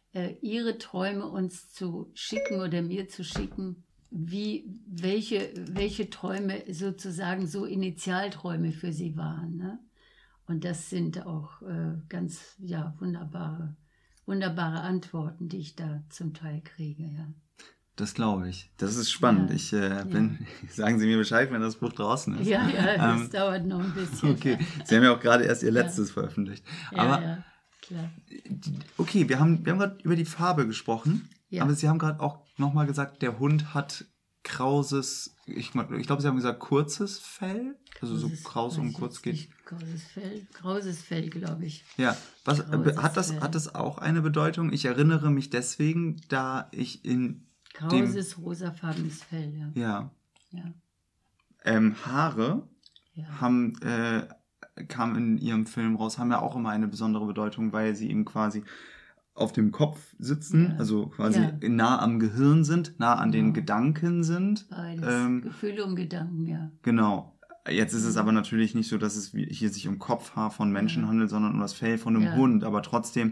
ihre Träume uns zu schicken oder mir zu schicken, wie, welche, welche Träume sozusagen so Initialträume für sie waren. Ne? Und das sind auch äh, ganz ja, wunderbare, wunderbare Antworten, die ich da zum Teil kriege. Ja. Das glaube ich. Das ist spannend. Ja, ich äh, bin, ja. Sagen Sie mir Bescheid, wenn das Buch draußen ist. Ja, ja, das ähm, dauert noch ein bisschen. Okay, Sie haben ja auch gerade erst Ihr letztes ja. veröffentlicht. Ja, aber, ja, klar. Okay, wir haben, wir haben gerade über die Farbe gesprochen, ja. aber Sie haben gerade auch nochmal gesagt, der Hund hat krauses, ich, ich glaube, Sie haben gesagt kurzes Fell, also krauses, so kraus und kurz geht. Nicht, krauses Fell, krauses Fell, glaube ich. Ja, was hat das, hat das auch eine Bedeutung? Ich erinnere mich deswegen, da ich in Krauses, rosafarbenes Fell, ja. Ja. ja. Ähm, Haare ja. haben, äh, kam in Ihrem Film raus, haben ja auch immer eine besondere Bedeutung, weil sie eben quasi auf dem Kopf sitzen, ja. also quasi ja. nah am Gehirn sind, nah an ja. den Gedanken sind. Beides, ähm, Gefühle und Gedanken, ja. Genau. Jetzt ist es aber natürlich nicht so, dass es hier sich um Kopfhaar von Menschen ja. handelt, sondern um das Fell von einem ja. Hund. Aber trotzdem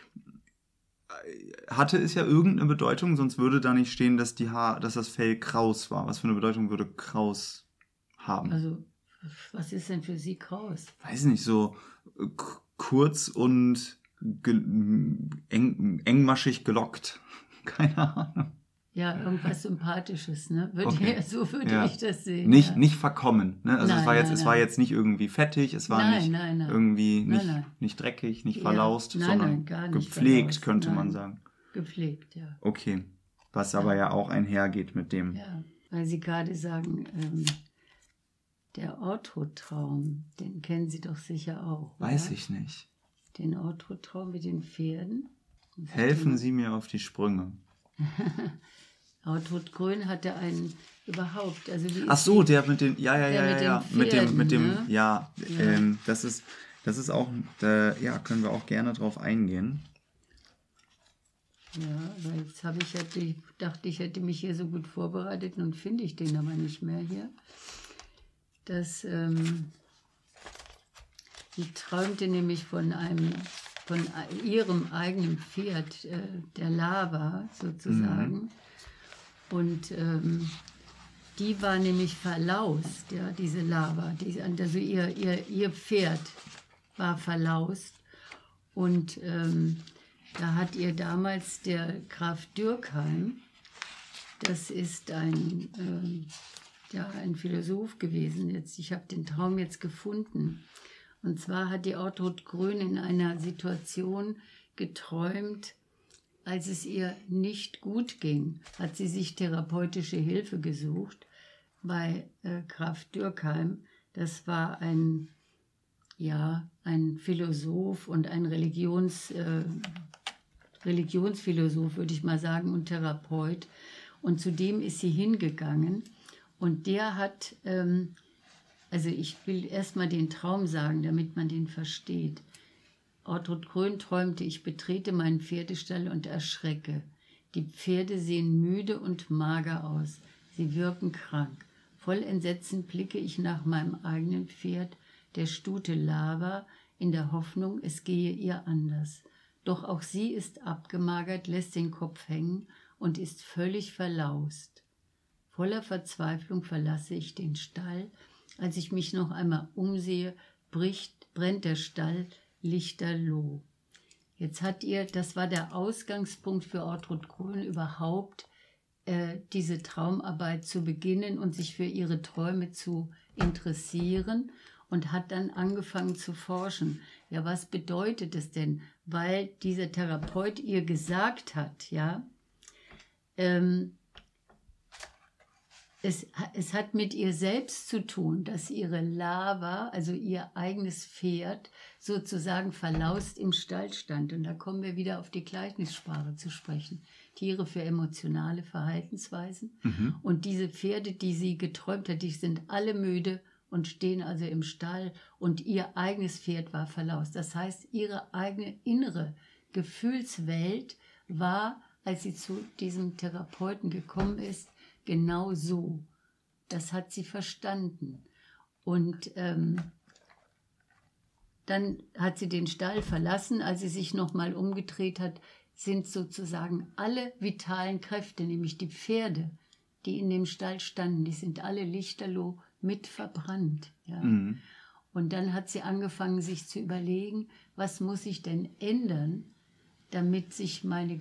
hatte es ja irgendeine Bedeutung, sonst würde da nicht stehen, dass die Haar, dass das Fell kraus war. Was für eine Bedeutung würde kraus haben? Also, was ist denn für Sie kraus? Weiß nicht, so k- kurz und ge- eng, engmaschig gelockt. Keine Ahnung. Ja, irgendwas Sympathisches, ne? Würde Okay. ich, so würde ja. ich das sehen. Nicht, ja. nicht verkommen, ne? Also nein, es war jetzt, nein, es war jetzt nicht irgendwie fettig, es war nein, nicht nein, nein. irgendwie nicht, nein, nein. nicht dreckig, nicht Ja. verlaust, Nein, sondern nein, gar nicht gepflegt, verlaust. könnte Nein. man sagen. Gepflegt, ja. Okay. Was Ja. aber ja auch einhergeht mit dem. Ja, weil Sie gerade sagen, ähm, der Ortrud-Traum, den kennen Sie doch sicher auch, oder? Weiß ich nicht. Den Ortrud-Traum mit den Pferden. Helfen Sie mir auf die Sprünge. Ortrud Grün hatte einen überhaupt, also die Ach so, der mit den, ja, ja, ja, mit ja, ja, den mit dem, mit dem, Pferden, ne? ja, Ja. Ähm, das ist, das ist auch, da, ja, können wir auch gerne drauf eingehen. Ja, weil jetzt habe ich hätte, ich dachte, ich hätte mich hier so gut vorbereitet, nun finde ich den aber nicht mehr hier. Das, ähm, die träumte nämlich von einem, von ihrem eigenen Pferd, äh, der Lava sozusagen. Mhm. Und ähm, die war nämlich verlaust, ja, diese Lava. Die, also ihr, ihr, ihr Pferd war verlaust. Und ähm, da hat ihr damals der Graf Dürkheim, das ist ein, ähm, ja, ein Philosoph gewesen, jetzt, ich habe den Traum jetzt gefunden. Und zwar hat die Ortrud Grün in einer Situation geträumt, als es ihr nicht gut ging, hat sie sich therapeutische Hilfe gesucht bei äh, Graf Dürkheim. Das war ein, ja, ein Philosoph und ein Religions, äh, Religionsphilosoph, würde ich mal sagen, und Therapeut. Und zu dem ist sie hingegangen. Und der hat, ähm, also ich will erstmal den Traum sagen, damit man den versteht. Ortrud Grön träumte, ich betrete meinen Pferdestall und erschrecke. Die Pferde sehen müde und mager aus. Sie wirken krank. Voll Entsetzen blicke ich nach meinem eigenen Pferd, der Stute Lava, in der Hoffnung, es gehe ihr anders. Doch auch sie ist abgemagert, lässt den Kopf hängen und ist völlig verlaust. Voller Verzweiflung verlasse ich den Stall. Als ich mich noch einmal umsehe, bricht, brennt der Stall lichterloh. Jetzt hat ihr, das war der Ausgangspunkt für Ortrud Grön überhaupt, äh, diese Traumarbeit zu beginnen und sich für ihre Träume zu interessieren und hat dann angefangen zu forschen. Ja, was bedeutet es denn? Weil dieser Therapeut ihr gesagt hat, ja, ähm, Es, es hat mit ihr selbst zu tun, dass ihre Lava, also ihr eigenes Pferd, sozusagen verlaust im Stall stand. Und da kommen wir wieder auf die Gleichnissprache zu sprechen. Tiere für emotionale Verhaltensweisen. Mhm. Und diese Pferde, die sie geträumt hat, die sind alle müde und stehen also im Stall. Und ihr eigenes Pferd war verlaust. Das heißt, ihre eigene innere Gefühlswelt war, als sie zu diesem Therapeuten gekommen ist, genau so. Das hat sie verstanden. Und ähm, dann hat sie den Stall verlassen. Als sie sich nochmal umgedreht hat, sind sozusagen alle vitalen Kräfte, nämlich die Pferde, die in dem Stall standen, die sind alle lichterloh mit verbrannt. Ja. Mhm. Und dann hat sie angefangen, sich zu überlegen, was muss ich denn ändern, damit sich meine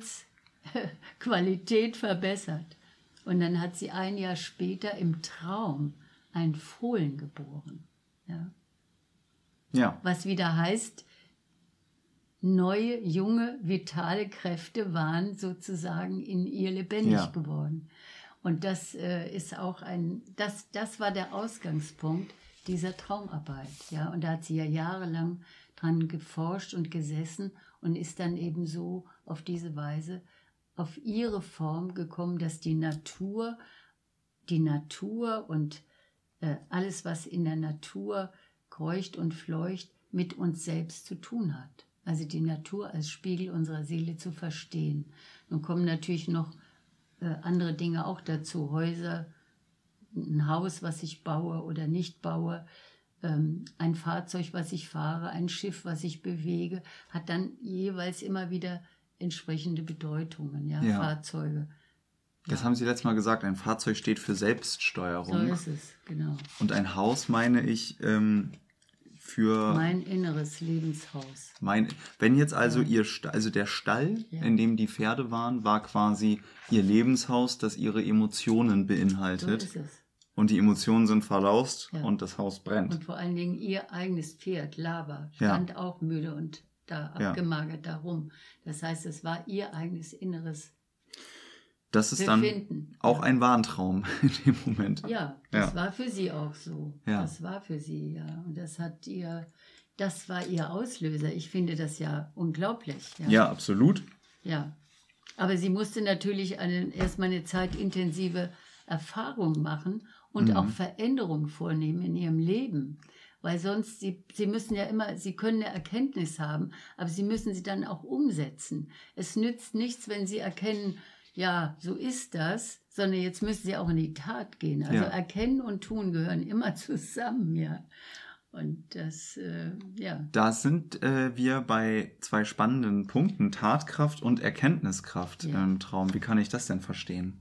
Gefühlsqualität verbessert. Und dann hat sie ein Jahr später im Traum ein Fohlen geboren. Ja. Ja. Was wieder heißt, neue, junge, vitale Kräfte waren sozusagen in ihr lebendig ja. geworden. Und das äh, ist auch ein, das, das war der Ausgangspunkt dieser Traumarbeit. Ja. Und da hat sie ja jahrelang dran geforscht und gesessen und ist dann eben so auf diese Weise auf ihre Form gekommen, dass die Natur, die Natur und äh, alles, was in der Natur kreucht und fleucht, mit uns selbst zu tun hat. Also die Natur als Spiegel unserer Seele zu verstehen. Nun kommen natürlich noch äh, andere Dinge auch dazu. Häuser, ein Haus, was ich baue oder nicht baue, ähm, ein Fahrzeug, was ich fahre, ein Schiff, was ich bewege, hat dann jeweils immer wieder entsprechende Bedeutungen, ja, ja. Fahrzeuge. Das ja. haben Sie letztes Mal gesagt, ein Fahrzeug steht für Selbststeuerung. So ist es, genau. Und ein Haus meine ich ähm, für... Mein inneres Lebenshaus. Mein, wenn jetzt also ja. ihr, also der Stall, ja. in dem die Pferde waren, war quasi ihr Lebenshaus, das ihre Emotionen beinhaltet. So ist es. Und die Emotionen sind verlaust ja. und das Haus brennt. Und vor allen Dingen ihr eigenes Pferd, Lava, stand ja. auch müde und da abgemagert ja. darum. Das heißt, es war ihr eigenes inneres Das ist Befinden. Dann auch ja. ein Warntraum in dem Moment. Ja, das ja. war für sie auch so. Ja. Das war für sie, ja. Und das hat ihr, das war ihr Auslöser. Ich finde das ja unglaublich. Ja, ja absolut. Ja. Aber sie musste natürlich eine, erstmal eine zeitintensive Erfahrung machen und mhm. auch Veränderungen vornehmen in ihrem Leben. Weil sonst, sie, sie müssen ja immer, sie können eine Erkenntnis haben, aber sie müssen sie dann auch umsetzen. Es nützt nichts, wenn sie erkennen, ja, so ist das, sondern jetzt müssen sie auch in die Tat gehen. Also ja. Erkennen und Tun gehören immer zusammen, ja. Und das, äh, ja. Da sind äh, wir bei zwei spannenden Punkten, Tatkraft und Erkenntniskraft ja. im Traum. Wie kann ich das denn verstehen?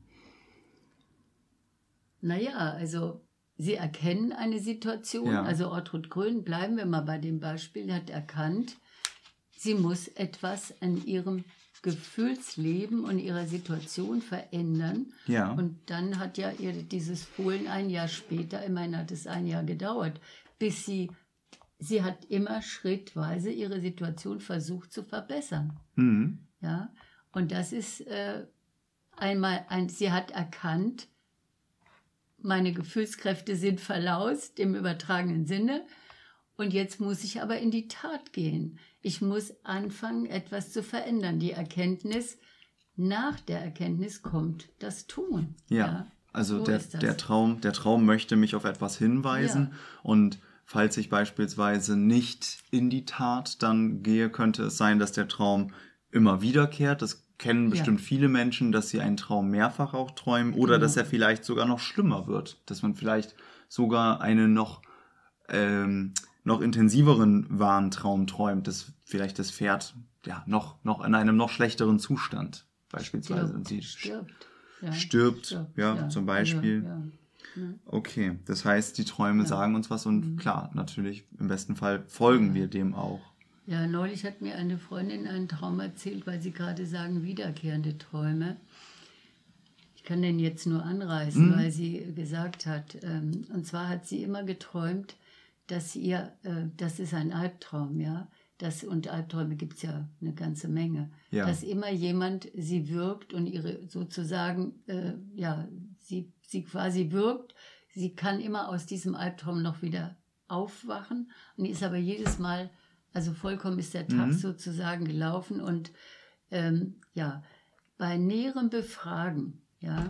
Naja, also sie erkennen eine Situation, ja. also Ortrud Grön, bleiben wir mal bei dem Beispiel, hat erkannt, sie muss etwas an ihrem Gefühlsleben und ihrer Situation verändern. Ja. Und dann hat ja ihr dieses Fohlen ein Jahr später, immerhin hat es ein Jahr gedauert, bis sie, sie hat immer schrittweise ihre Situation versucht zu verbessern. Mhm. Ja, und das ist äh, einmal, ein, sie hat erkannt, meine Gefühlskräfte sind verlaust im übertragenen Sinne Und jetzt muss ich aber in die Tat gehen. Ich muss anfangen, etwas zu verändern. Die Erkenntnis, nach der Erkenntnis kommt das Tun. Ja, ja also so der, der, Traum, der Traum möchte mich auf etwas hinweisen. Ja. Und falls ich beispielsweise nicht in die Tat dann gehe, könnte es sein, dass der Traum immer wiederkehrt. Das kennen bestimmt ja. viele Menschen, dass sie einen Traum mehrfach auch träumen oder genau. dass er vielleicht sogar noch schlimmer wird. Dass man vielleicht sogar einen noch, ähm, noch intensiveren Wahntraum träumt, dass vielleicht das Pferd ja, noch, noch in einem noch schlechteren Zustand beispielsweise stirbt, sie stirbt. Ja, stirbt, stirbt ja, ja, zum Beispiel. Ja, ja. Okay, das heißt, die Träume ja. sagen uns was und mhm. klar, natürlich, im besten Fall folgen ja. wir dem auch. Ja, neulich hat mir eine Freundin einen Traum erzählt, weil sie gerade sagen, wiederkehrende Träume. Ich kann den jetzt nur anreißen, mhm. weil sie gesagt hat, ähm, und zwar hat sie immer geträumt, dass ihr, äh, das ist ein Albtraum, ja, das, und Albträume gibt es ja eine ganze Menge, ja. dass immer jemand sie wirkt und ihre sozusagen, äh, ja, sie, sie quasi wirkt, sie kann immer aus diesem Albtraum noch wieder aufwachen und ist aber jedes Mal, also vollkommen ist der Tag mhm. sozusagen gelaufen und ähm, ja, bei näherem Befragen, ja,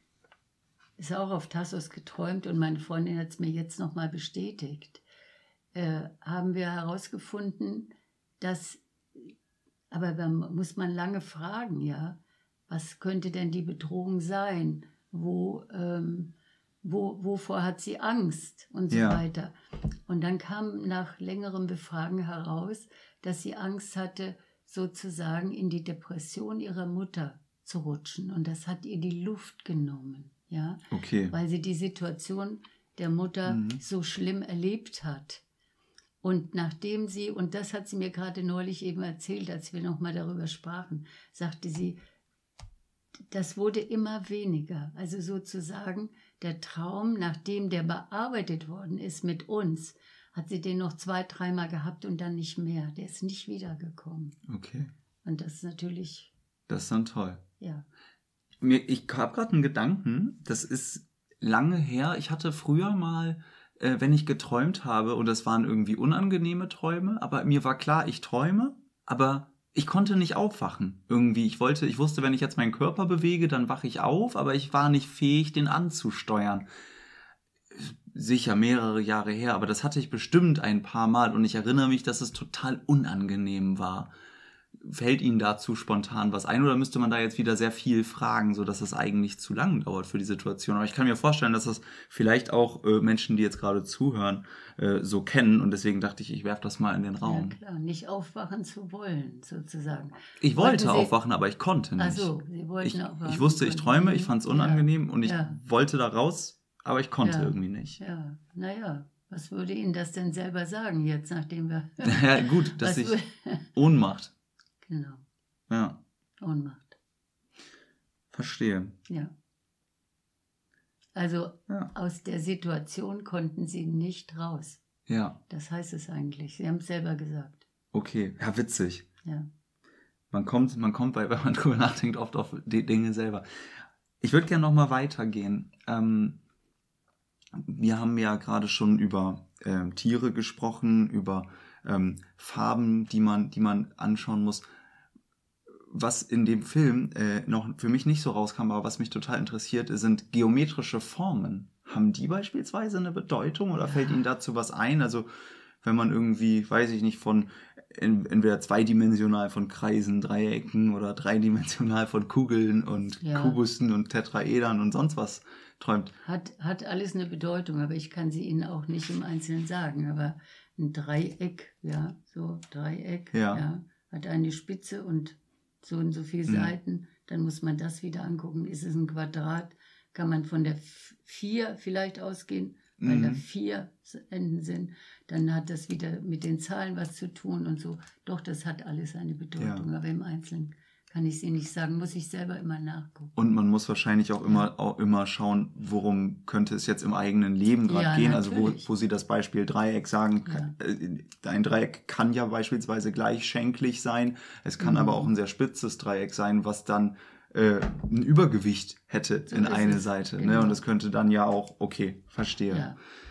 ist auch auf Tassos geträumt und meine Freundin hat es mir jetzt nochmal bestätigt, äh, haben wir herausgefunden, dass, aber da muss man lange fragen, ja, was könnte denn die Bedrohung sein? Wo, ähm, wo, wovor hat sie Angst und so ja. weiter. Und dann kam nach längerem Befragen heraus, dass sie Angst hatte, sozusagen in die Depression ihrer Mutter zu rutschen. Und das hat ihr die Luft genommen, ja, okay. weil sie die Situation der Mutter mhm. so schlimm erlebt hat. Und nachdem sie, und das hat sie mir gerade neulich eben erzählt, als wir nochmal darüber sprachen, sagte sie, das wurde immer weniger. Also sozusagen der Traum, nachdem der bearbeitet worden ist mit uns, hat sie den noch zwei, dreimal gehabt und dann nicht mehr. Der ist nicht wiedergekommen. Okay. Und das ist natürlich... Das ist dann toll. Ja. Mir, ich habe gerade einen Gedanken, das ist lange her. Ich hatte früher mal, äh, wenn ich geträumt habe, und das waren irgendwie unangenehme Träume, aber mir war klar, ich träume, aber... Ich konnte nicht aufwachen. Irgendwie, ich wollte, ich wusste, wenn ich jetzt meinen Körper bewege, dann wache ich auf, aber ich war nicht fähig, den anzusteuern. Sicher mehrere Jahre her, aber das hatte ich bestimmt ein paar Mal und ich erinnere mich, dass es total unangenehm war. Fällt Ihnen dazu spontan was ein oder müsste man da jetzt wieder sehr viel fragen, sodass es eigentlich zu lang dauert für die Situation? Aber ich kann mir vorstellen, dass das vielleicht auch äh, Menschen, die jetzt gerade zuhören, äh, so kennen und deswegen dachte ich, ich werfe das mal in den Raum. Ja klar, nicht aufwachen zu wollen, sozusagen. Ich wollte Sie... aufwachen, aber ich konnte nicht. Ach so, Sie wollten ich, aufwachen. Ich wusste, ich träume, ich fand es unangenehm ja. und ich ja. wollte da raus, aber ich konnte ja. irgendwie nicht. Ja, naja. Was würde Ihnen das denn selber sagen jetzt, nachdem wir... ja gut, dass ich Ohnmacht. Genau. Ja. Ohnmacht. Verstehe. Ja. Also ja. aus der Situation konnten Sie nicht raus. Ja. Das heißt es eigentlich. Sie haben es selber gesagt. Okay, ja, witzig. Ja. Man kommt, man kommt bei, wenn man drüber nachdenkt, oft auf die Dinge selber. Ich würde gerne nochmal weitergehen. Ähm, wir haben ja gerade schon über äh, Tiere gesprochen, über ähm, Farben, die man, die man anschauen muss. Was in dem Film äh, noch für mich nicht so rauskam, aber was mich total interessiert, sind geometrische Formen. Haben die beispielsweise eine Bedeutung oder ja. fällt Ihnen dazu was ein? Also wenn man irgendwie, weiß ich nicht, von in, entweder zweidimensional von Kreisen, Dreiecken oder dreidimensional von Kugeln und ja. Kubussen und Tetraedern und sonst was träumt. Hat, hat alles eine Bedeutung, aber ich kann sie Ihnen auch nicht im Einzelnen sagen. Aber ein Dreieck, ja, so Dreieck, ja, ja hat eine Spitze und so und so viele Seiten, mhm. dann muss man das wieder angucken. Ist es ein Quadrat? Kann man von der vier vielleicht ausgehen, weil mhm. da vier Enden sind. Dann hat das wieder mit den Zahlen was zu tun und so. Doch, das hat alles eine Bedeutung. Ja. Aber im Einzelnen kann ich sie nicht sagen, muss ich selber immer nachgucken. Und man muss wahrscheinlich auch immer, ja. auch immer schauen, worum könnte es jetzt im eigenen Leben gerade ja, gehen. Natürlich. Also wo, wo Sie das Beispiel Dreieck sagen, ja. ein Dreieck kann ja beispielsweise gleichschenklig sein. Es kann mhm. aber auch ein sehr spitzes Dreieck sein, was dann äh, ein Übergewicht hätte so in eine es. Seite. Genau. Ne? Und das könnte dann ja auch, okay, verstehe. Ja.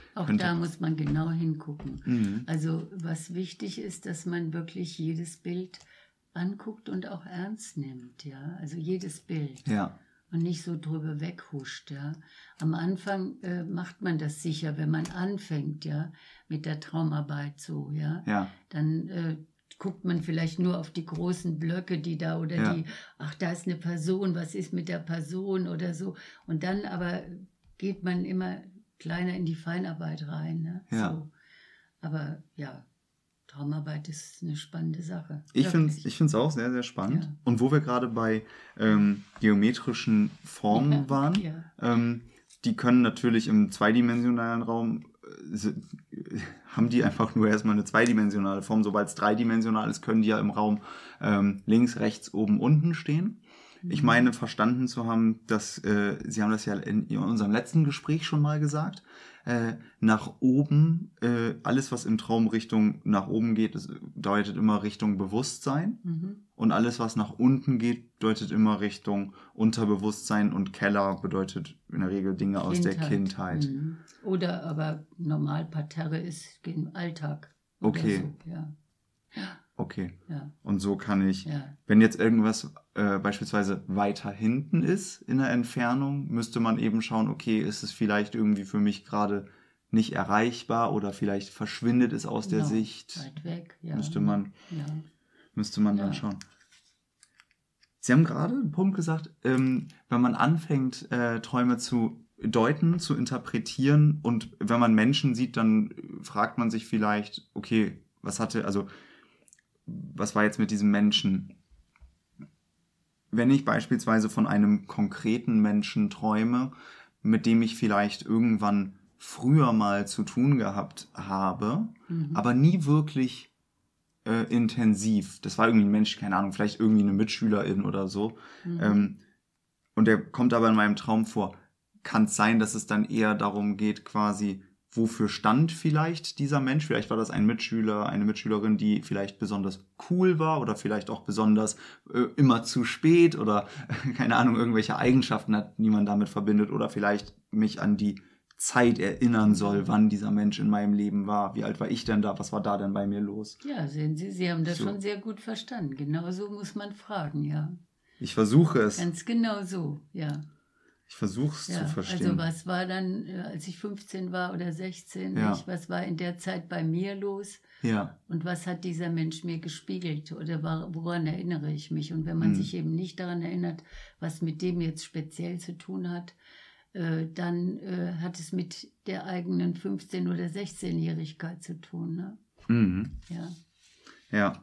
Auch könnte... da muss man genau hingucken. Mhm. Also was wichtig ist, dass man wirklich jedes Bild anguckt und auch ernst nimmt, ja. Also jedes Bild. Ja. Und nicht so drüber weghuscht, ja. Am Anfang äh, macht man das sicher, wenn man anfängt, ja, mit der Traumarbeit so, ja. Ja. Dann äh, guckt man vielleicht nur auf die großen Blöcke, die da oder Ja. die, ach, da ist eine Person, was ist mit der Person oder so. Und dann aber geht man immer kleiner in die Feinarbeit rein, ne? Ja. So. Aber ja, Traumarbeit ist eine spannende Sache. Ich finde Wirklich. es ich find's auch sehr, sehr spannend. Ja. Und wo wir gerade bei ähm, geometrischen Formen Ja, waren, ja. ähm, die können natürlich im zweidimensionalen Raum, äh, si- haben die einfach nur erstmal eine zweidimensionale Form. Sobald es dreidimensional ist, können die ja im Raum ähm, links, rechts, oben, unten stehen. Ich meine, verstanden zu haben, dass, äh, Sie haben das ja in, in unserem letzten Gespräch schon mal gesagt, äh, nach oben, äh, alles was im Traum Richtung nach oben geht, das deutet immer Richtung Bewusstsein. Mhm. Und alles was nach unten geht, deutet immer Richtung Unterbewusstsein, und Keller bedeutet in der Regel Dinge aus der Kindheit. Mhm. Oder aber normal Parterre ist im Alltag. Oder Okay. So, ja. Okay. Ja. Und so kann ich, Ja. wenn jetzt irgendwas äh, beispielsweise weiter hinten ist in der Entfernung, müsste man eben schauen, okay, ist es vielleicht irgendwie für mich gerade nicht erreichbar oder vielleicht verschwindet es aus der Genau. Sicht. Weit weg, ja. Müsste man, Ja. müsste man dann Ja. schauen. Sie haben gerade einen Punkt gesagt, ähm, wenn man anfängt, äh, Träume zu deuten, zu interpretieren, und wenn man Menschen sieht, dann fragt man sich vielleicht, okay, was hatte, also was war jetzt mit diesem Menschen? Wenn ich beispielsweise von einem konkreten Menschen träume, mit dem ich vielleicht irgendwann früher mal zu tun gehabt habe, Mhm. aber nie wirklich äh, intensiv. Das war irgendwie ein Mensch, keine Ahnung, vielleicht irgendwie eine Mitschülerin oder so. Mhm. Ähm, und der kommt aber in meinem Traum vor. Kann es sein, dass es dann eher darum geht, quasi, wofür stand vielleicht dieser Mensch? Vielleicht war das ein Mitschüler, eine Mitschülerin, die vielleicht besonders cool war oder vielleicht auch besonders äh, immer zu spät oder keine Ahnung, irgendwelche Eigenschaften hat, die man damit verbindet, oder vielleicht mich an die Zeit erinnern soll, wann dieser Mensch in meinem Leben war. Wie alt war ich denn da? Was war da denn bei mir los? Ja, sehen Sie, Sie haben das So. schon sehr gut verstanden. Genau so muss man fragen, ja. Ich versuche es. Ganz genau so, ja. Ich versuche es Ja, zu verstehen. also was war dann, äh, als ich fünfzehn war oder sechzehn, Ja. nicht? Was war in der Zeit bei mir los Ja, und was hat dieser Mensch mir gespiegelt oder war, woran erinnere ich mich? Und wenn man Mhm. sich eben nicht daran erinnert, was mit dem jetzt speziell zu tun hat, äh, dann äh, hat es mit der eigenen fünfzehn- oder sechzehnjährigkeit zu tun. Ne? mhm. Ja. Ja.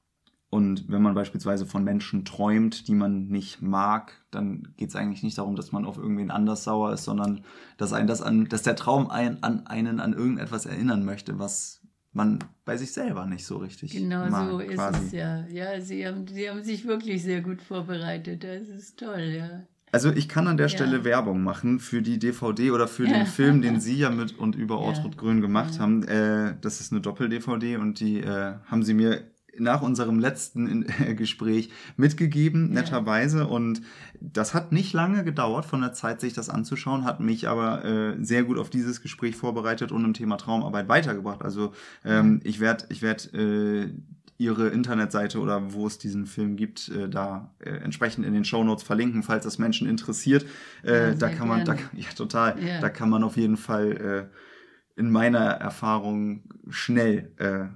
Und wenn man beispielsweise von Menschen träumt, die man nicht mag, dann geht es eigentlich nicht darum, dass man auf irgendwen anders sauer ist, sondern dass, ein, das an, dass der Traum ein, an einen an irgendetwas erinnern möchte, was man bei sich selber nicht so richtig Genau mag. so ist quasi. es, ja. Ja, Sie haben, Sie haben sich wirklich sehr gut vorbereitet. Das ist toll, ja. Also ich kann an der Ja. Stelle Werbung machen für die D V D oder für Ja. den Film, den Sie ja mit und über Ja. Ortrud Grün gemacht Ja. haben. Äh, das ist eine Doppel-D V D und die äh, haben Sie mir nach unserem letzten in, äh, Gespräch mitgegeben, Ja. netterweise. Und das hat nicht lange gedauert von der Zeit, sich das anzuschauen, hat mich aber äh, sehr gut auf dieses Gespräch vorbereitet und im Thema Traumarbeit weitergebracht. Also ähm, ich werde ich werd, äh, Ihre Internetseite oder wo es diesen Film gibt, äh, da äh, entsprechend in den Shownotes verlinken, falls das Menschen interessiert. Äh, Ja, da sehr kann man, da, gerne. ja total, Ja. da kann man auf jeden Fall äh, in meiner Erfahrung schnell äh,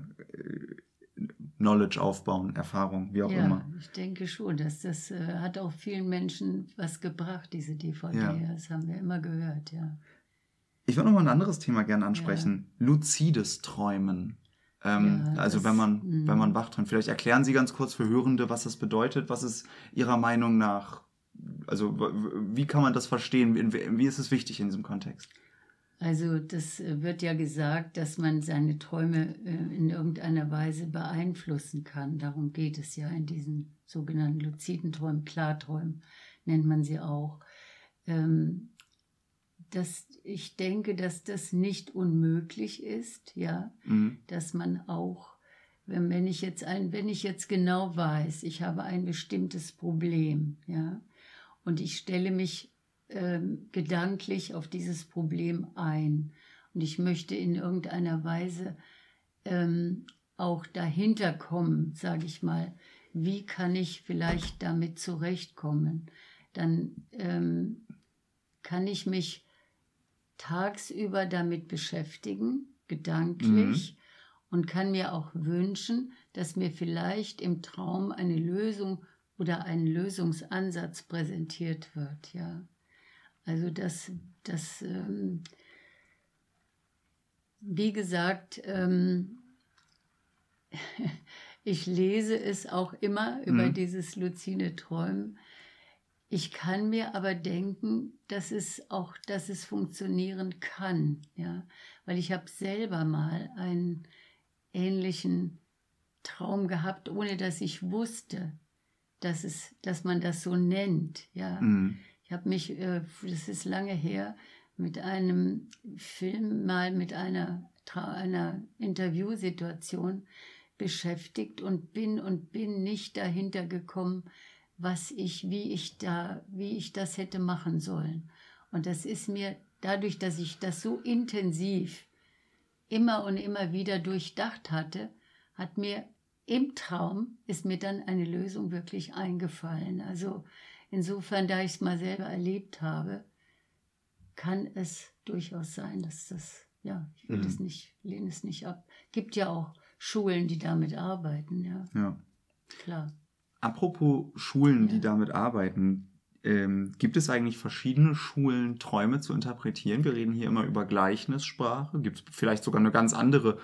Knowledge aufbauen, Erfahrung, wie auch Ja, immer. ich denke schon, dass das äh, hat auch vielen Menschen was gebracht, diese D V D. Ja. Das haben wir immer gehört, ja. Ich würde noch mal ein anderes Thema gerne ansprechen. Luzides Träumen. Ähm, Ja, also das- wenn man, mm. wenn man wachträumt. Vielleicht erklären Sie ganz kurz für Hörende, was das bedeutet. Was ist Ihrer Meinung nach, also w- w- wie kann man das verstehen? Wie, wie ist es wichtig in diesem Kontext? Also das äh, wird ja gesagt, dass man seine Träume äh, in irgendeiner Weise beeinflussen kann. Darum geht es ja in diesen sogenannten luziden Träumen, Klarträumen nennt man sie auch. Ähm, dass ich denke, dass das nicht unmöglich ist, ja, Mhm. dass man auch, wenn, wenn ich jetzt ein, wenn ich jetzt genau weiß, ich habe ein bestimmtes Problem, ja, und ich stelle mich ähm, gedanklich auf dieses Problem ein. Und ich möchte in irgendeiner Weise ähm, auch dahinter kommen, sage ich mal, wie kann ich vielleicht damit zurechtkommen. Dann ähm, kann ich mich tagsüber damit beschäftigen, gedanklich, mhm. und kann mir auch wünschen, dass mir vielleicht im Traum eine Lösung oder ein Lösungsansatz präsentiert wird. Ja. Also das, das ähm, wie gesagt, ähm, ich lese es auch immer über mhm. dieses luzide Träumen. Ich kann mir aber denken, dass es auch, dass es funktionieren kann, ja, weil ich habe selber mal einen ähnlichen Traum gehabt, ohne dass ich wusste, dass es, dass man das so nennt, ja. Mhm. Ich habe mich, äh, das ist lange her, mit einem Film mal mit einer einer Interviewsituation beschäftigt und bin und bin nicht dahinter gekommen, was ich, wie ich da, wie ich das hätte machen sollen. Und das ist mir dadurch, dass ich das so intensiv immer und immer wieder durchdacht hatte, hat mir im Traum ist mir dann eine Lösung wirklich eingefallen. Also insofern, da ich es mal selber erlebt habe, kann es durchaus sein, dass das, ja, ich will mhm. es nicht, lehne es nicht ab. Gibt ja auch Schulen, die damit arbeiten, ja. Ja. Klar. Apropos Schulen, Ja. die damit arbeiten, ähm, gibt es eigentlich verschiedene Schulen, Träume zu interpretieren? Wir reden hier immer über Gleichnissprache. Gibt es vielleicht sogar eine ganz andere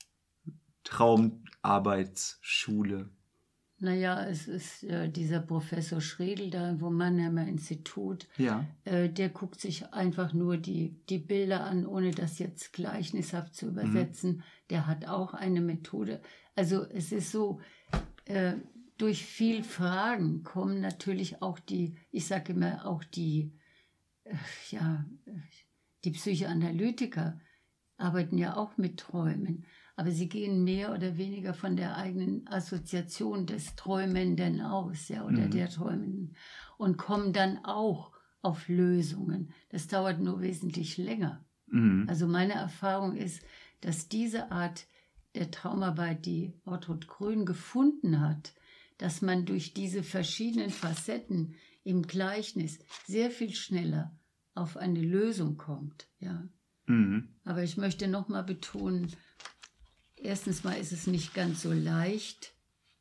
Traumarbeitsschule? Naja, es ist äh, dieser Professor Schredl da vom Mannheimer Institut, ja. äh, der guckt sich einfach nur die, die Bilder an, ohne das jetzt gleichnishaft zu übersetzen. Mhm. Der hat auch eine Methode. Also es ist so, äh, durch viel Fragen kommen natürlich auch die, ich sage immer auch die, äh, ja, die Psychoanalytiker arbeiten ja auch mit Träumen. Aber sie gehen mehr oder weniger von der eigenen Assoziation des Träumenden aus, ja, oder mhm. der Träumenden, und kommen dann auch auf Lösungen. Das dauert nur wesentlich länger. Mhm. Also meine Erfahrung ist, dass diese Art der Traumarbeit, die Ortrud Grün gefunden hat, dass man durch diese verschiedenen Facetten im Gleichnis sehr viel schneller auf eine Lösung kommt, ja. Mhm. Aber ich möchte noch mal betonen, erstens mal ist es nicht ganz so leicht,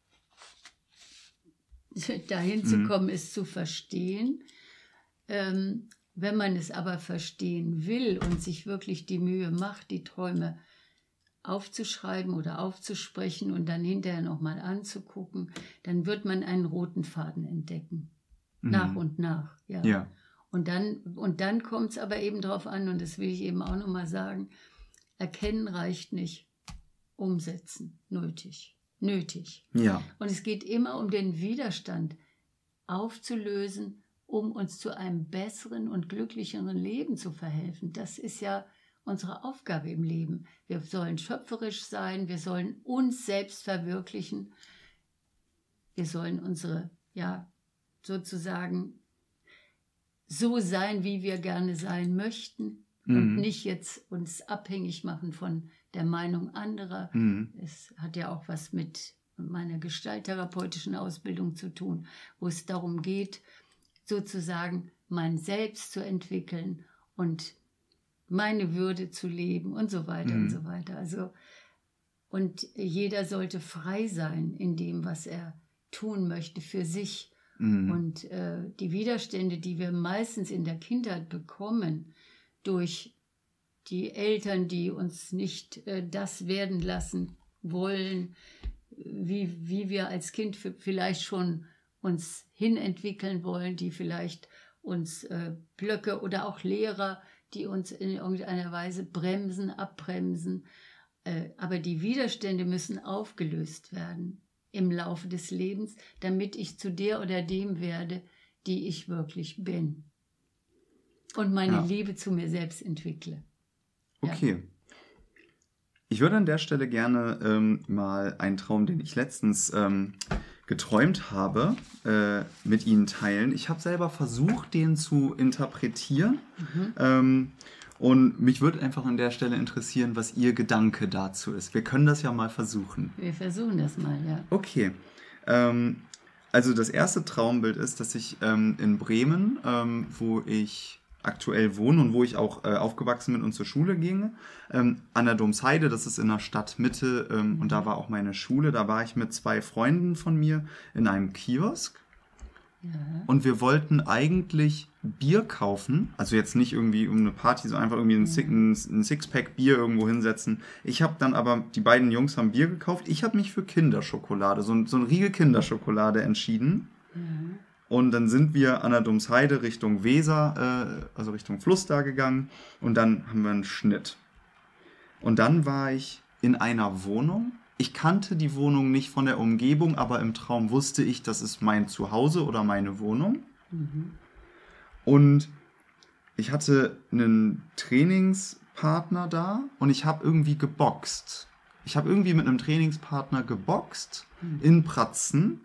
dahin zu kommen, es zu verstehen. Ähm, wenn man es aber verstehen will und sich wirklich die Mühe macht, die Träume aufzuschreiben oder aufzusprechen und dann hinterher nochmal anzugucken, dann wird man einen roten Faden entdecken. Mhm. Nach und nach, ja. ja. Und dann, und dann kommt es aber eben darauf an, und das will ich eben auch nochmal sagen, erkennen reicht nicht. Umsetzen, nötig, nötig. Ja. Und es geht immer um den Widerstand aufzulösen, um uns zu einem besseren und glücklicheren Leben zu verhelfen. Das ist ja unsere Aufgabe im Leben. Wir sollen schöpferisch sein, wir sollen uns selbst verwirklichen, wir sollen unsere, ja, sozusagen so sein, wie wir gerne sein möchten, mhm. und nicht jetzt uns abhängig machen von der Meinung anderer. Mhm. Es hat ja auch was mit meiner gestalttherapeutischen Ausbildung zu tun, wo es darum geht, sozusagen mein Selbst zu entwickeln und meine Würde zu leben und so weiter mhm. und so weiter. Also, und jeder sollte frei sein in dem, was er tun möchte für sich. Mhm. Und äh, die Widerstände, die wir meistens in der Kindheit bekommen, durch die Eltern, die uns nicht äh, das werden lassen wollen, wie, wie wir als Kind vielleicht schon uns hinentwickeln wollen, die vielleicht uns äh, Blöcke oder auch Lehrer, die uns in irgendeiner Weise bremsen, abbremsen. Äh, aber die Widerstände müssen aufgelöst werden im Laufe des Lebens, damit ich zu der oder dem werde, die ich wirklich bin. Und meine ja. Liebe zu mir selbst entwickle. Okay. Ja. Ich würde an der Stelle gerne ähm, mal einen Traum, den ich letztens ähm, geträumt habe, äh, mit Ihnen teilen. Ich habe selber versucht, den zu interpretieren. Mhm. Ähm, Und mich würde einfach an der Stelle interessieren, was Ihr Gedanke dazu ist. Wir können das ja mal versuchen. Wir versuchen das mal, ja. Okay. Ähm, also das erste Traumbild ist, dass ich ähm, in Bremen, ähm, wo ich aktuell wohne und wo ich auch äh, aufgewachsen bin und zur Schule ginge, ähm, an der Domsheide, das ist in der Stadtmitte, ähm, und da war auch meine Schule. Da war ich mit zwei Freunden von mir in einem Kiosk. Ja. Und wir wollten eigentlich Bier kaufen, also jetzt nicht irgendwie um eine Party, sondern einfach irgendwie ein, Six, ein, ein Sixpack Bier irgendwo hinsetzen. Ich habe dann aber, die beiden Jungs haben Bier gekauft, ich habe mich für Kinderschokolade, so, so ein Riegel Kinderschokolade entschieden. Ja. Und dann sind wir an der Domsheide Richtung Weser, äh, also Richtung Fluss da gegangen, und dann haben wir einen Schnitt. Und dann war ich in einer Wohnung. Ich kannte die Wohnung nicht von der Umgebung, aber im Traum wusste ich, das ist mein Zuhause oder meine Wohnung. Mhm. Und ich hatte einen Trainingspartner da und ich habe irgendwie geboxt. Ich habe irgendwie mit einem Trainingspartner geboxt mhm. in Pratzen.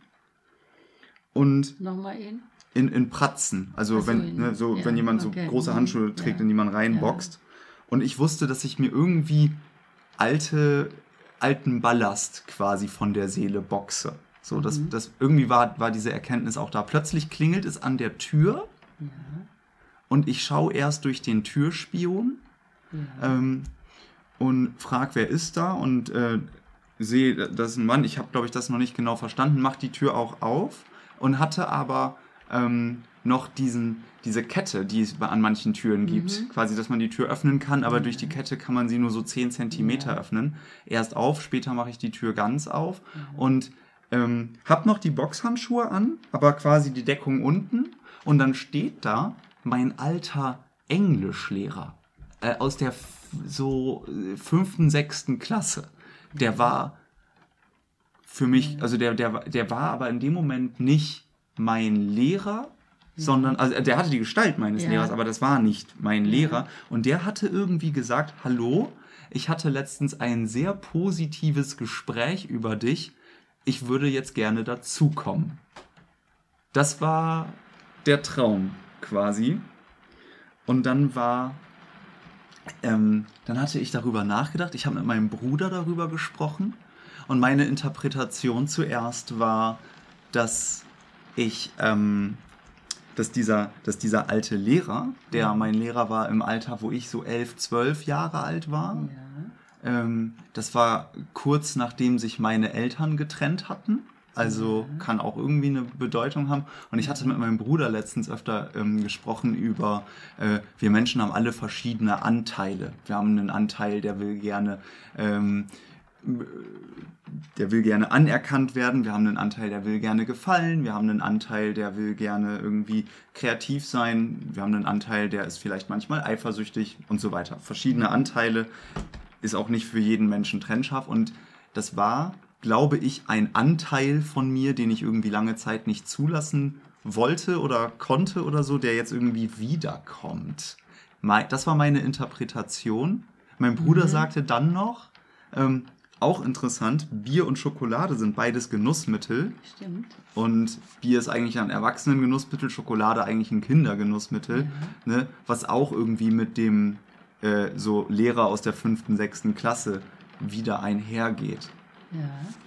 Und nochmal in? In, in Pratzen. Also so, wenn, in, ne, so, ja, wenn jemand okay. so große Handschuhe trägt, ja. in die man reinboxt. Ja. Und ich wusste, dass ich mir irgendwie alte, alten Ballast quasi von der Seele boxe. So, das, mhm. das irgendwie war, war diese Erkenntnis auch da. Plötzlich klingelt es an der Tür ja. und ich schaue erst durch den Türspion ja. ähm, und frage, wer ist da, und äh, sehe, das ist ein Mann. Ich habe, glaube ich, das noch nicht genau verstanden. Mache die Tür auch auf. Und hatte aber ähm, noch diesen, diese Kette, die es an manchen Türen gibt. Mhm. Quasi, dass man die Tür öffnen kann, aber mhm. durch die Kette kann man sie nur so zehn Zentimeter ja. öffnen. Erst auf, später mache ich die Tür ganz auf. Mhm. Und ähm, habe noch die Boxhandschuhe an, aber quasi die Deckung unten. Und dann steht da mein alter Englischlehrer äh, aus der f- so fünften, sechsten Klasse. Der war... Für mich, also der, der, der war aber in dem Moment nicht mein Lehrer, ja. sondern, also der hatte die Gestalt meines ja. Lehrers, aber das war nicht mein ja. Lehrer. Und der hatte irgendwie gesagt, hallo, ich hatte letztens ein sehr positives Gespräch über dich, ich würde jetzt gerne dazukommen. Das war der Traum quasi. Und dann war, ähm, dann hatte ich darüber nachgedacht, ich habe mit meinem Bruder darüber gesprochen. Und meine Interpretation zuerst war, dass ich, ähm, dass dieser, dass dieser alte Lehrer, der ja. mein Lehrer war im Alter, wo ich so elf, zwölf Jahre alt war, ja. ähm, das war kurz nachdem sich meine Eltern getrennt hatten. Also ja. kann auch irgendwie eine Bedeutung haben. Und ich hatte mit meinem Bruder letztens öfter ähm, gesprochen über, äh, wir Menschen haben alle verschiedene Anteile. Wir haben einen Anteil, der will gerne... Ähm, der will gerne anerkannt werden, wir haben einen Anteil, der will gerne gefallen, wir haben einen Anteil, der will gerne irgendwie kreativ sein, wir haben einen Anteil, der ist vielleicht manchmal eifersüchtig und so weiter. Verschiedene Anteile, ist auch nicht für jeden Menschen trennscharf, und das war, glaube ich, ein Anteil von mir, den ich irgendwie lange Zeit nicht zulassen wollte oder konnte oder so, der jetzt irgendwie wiederkommt. Das war meine Interpretation. Mein Bruder mhm. sagte dann noch, ähm, auch interessant, Bier und Schokolade sind beides Genussmittel. Stimmt. Und Bier ist eigentlich ein Erwachsenengenussmittel, Schokolade eigentlich ein Kindergenussmittel, ja. ne, was auch irgendwie mit dem äh, so Lehrer aus der fünften, sechsten Klasse wieder einhergeht. Ja.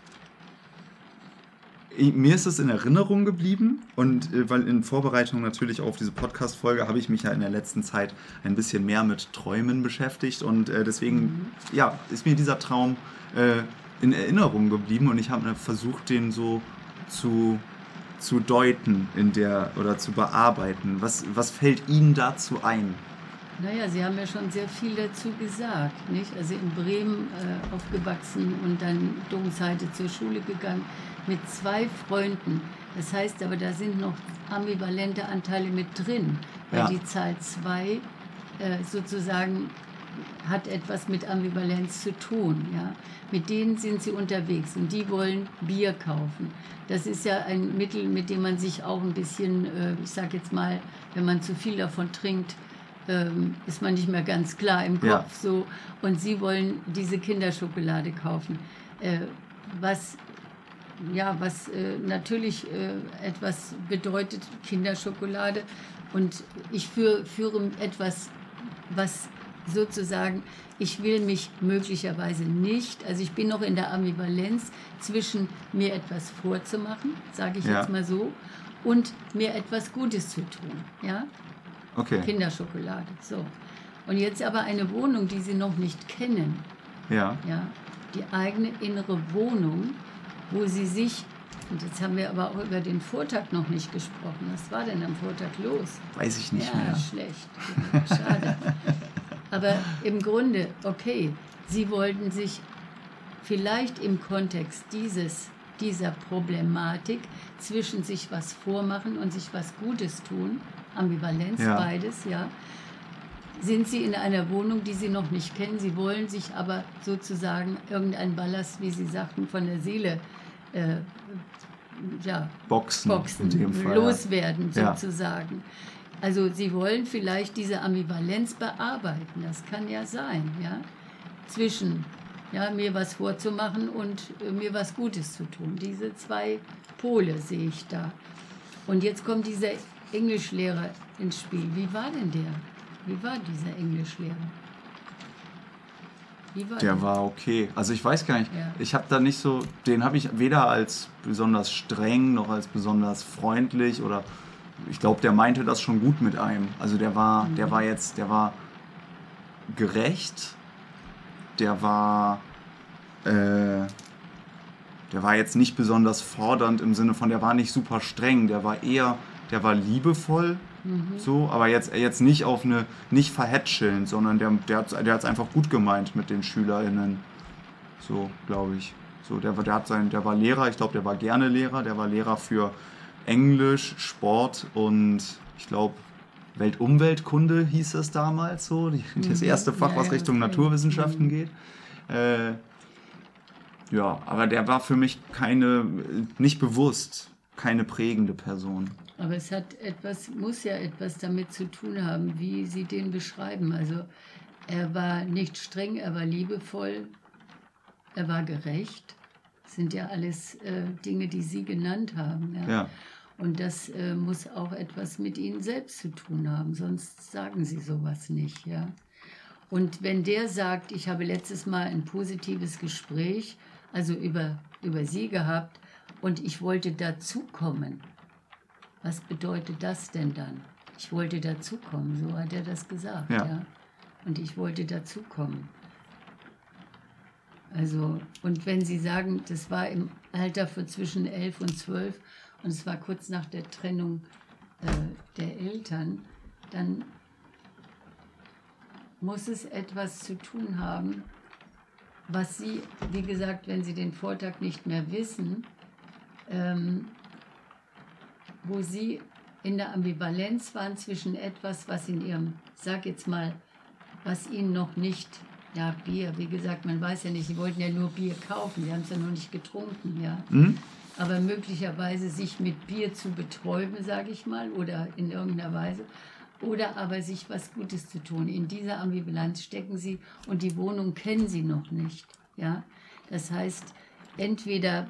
Mir ist es in Erinnerung geblieben, und äh, weil in Vorbereitung natürlich auf diese Podcast-Folge habe ich mich ja in der letzten Zeit ein bisschen mehr mit Träumen beschäftigt, und äh, deswegen mhm. ja, ist mir dieser Traum äh, in Erinnerung geblieben, und ich habe versucht, den so zu, zu deuten in der, oder zu bearbeiten. Was, was fällt Ihnen dazu ein? Naja, Sie haben ja schon sehr viel dazu gesagt, nicht? Also in Bremen äh, aufgewachsen und dann Domsheide zur Schule gegangen mit zwei Freunden. Das heißt aber, da sind noch ambivalente Anteile mit drin, weil ja. die Zahl zwei äh, sozusagen hat etwas mit Ambivalenz zu tun. Ja? Mit denen sind Sie unterwegs und die wollen Bier kaufen. Das ist ja ein Mittel, mit dem man sich auch ein bisschen, äh, ich sage jetzt mal, wenn man zu viel davon trinkt, Ähm, ist man nicht mehr ganz klar im Kopf. Ja. So. Und sie wollen diese Kinderschokolade kaufen. Äh, was ja, was äh, natürlich äh, etwas bedeutet, Kinderschokolade. Und ich führe, führe etwas, was sozusagen, ich will mich möglicherweise nicht, also ich bin noch in der Ambivalenz zwischen mir etwas vorzumachen, sage ich Ja. jetzt mal so, und mir etwas Gutes zu tun. Ja? Okay. Kinderschokolade. So. Und jetzt aber eine Wohnung, die Sie noch nicht kennen. Ja. Ja? Die eigene innere Wohnung, wo Sie sich, und jetzt haben wir aber auch über den Vortag noch nicht gesprochen. Was war denn am Vortag los? Weiß ich nicht ja, mehr. schlecht. Schade. Aber im Grunde, okay, Sie wollten sich vielleicht im Kontext dieses, dieser Problematik zwischen sich was vormachen und sich was Gutes tun, Ambivalenz, Ja. beides, ja, sind Sie in einer Wohnung, die Sie noch nicht kennen. Sie wollen sich aber sozusagen irgendein Ballast, wie Sie sagten, von der Seele äh, ja, Boxen, Boxen in dem Fall. loswerden, Ja. sozusagen. Also Sie wollen vielleicht diese Ambivalenz bearbeiten, das kann ja sein, ja, zwischen ja, mir was vorzumachen und äh, mir was Gutes zu tun. Diese zwei Pole sehe ich da. Und jetzt kommt dieser Englischlehrer ins Spiel. Wie war denn der? Wie war dieser Englischlehrer? Wie war Der war okay. Also ich weiß gar nicht, Ja. ich habe da nicht so, den habe ich weder als besonders streng noch als besonders freundlich oder ich glaube, der meinte das schon gut mit einem. Also der war, der war jetzt, der war gerecht, der war, äh, der war jetzt nicht besonders fordernd im Sinne von, der war nicht super streng, der war eher, der war liebevoll. So, aber jetzt, jetzt nicht auf eine, nicht verhätschelnd, sondern der, der hat es der hat's einfach gut gemeint mit den SchülerInnen. So, glaube ich. So, der, war- der, hat sein, der war Lehrer, ich glaube, der war gerne Lehrer, der war Lehrer für Englisch, Sport und ich glaube, Weltumweltkunde hieß es damals so. Die, das erste Fach, Ja, was ja, Richtung okay. Naturwissenschaften Mhm. geht. Äh, ja, aber der war für mich keine, nicht bewusst, keine prägende Person. Aber es hat etwas, muss ja etwas damit zu tun haben, wie Sie den beschreiben. Also er war nicht streng, er war liebevoll, er war gerecht. Das sind ja alles äh, Dinge, die Sie genannt haben. Ja. Ja. Und das äh, muss auch etwas mit Ihnen selbst zu tun haben, sonst sagen Sie sowas nicht. Ja. Und wenn der sagt, ich habe letztes Mal ein positives Gespräch, also über, über Sie gehabt, und ich wollte dazukommen, was bedeutet das denn dann? Ich wollte dazukommen, so hat er das gesagt. Ja. Ja. Und ich wollte dazukommen. Also, und wenn Sie sagen, das war im Alter von zwischen elf und zwölf und es war kurz nach der Trennung äh, der Eltern, dann muss es etwas zu tun haben, was Sie, wie gesagt, wenn Sie den Vortag nicht mehr wissen, ähm, wo Sie in der Ambivalenz waren zwischen etwas, was in Ihrem, sag jetzt mal, was Ihnen noch nicht, ja, Bier, wie gesagt, man weiß ja nicht, Sie wollten ja nur Bier kaufen, Sie haben es ja noch nicht getrunken, ja. Mhm. Aber möglicherweise sich mit Bier zu betäuben, sage ich mal, oder in irgendeiner Weise, oder aber sich was Gutes zu tun. In dieser Ambivalenz stecken Sie und die Wohnung kennen Sie noch nicht, ja. Das heißt, entweder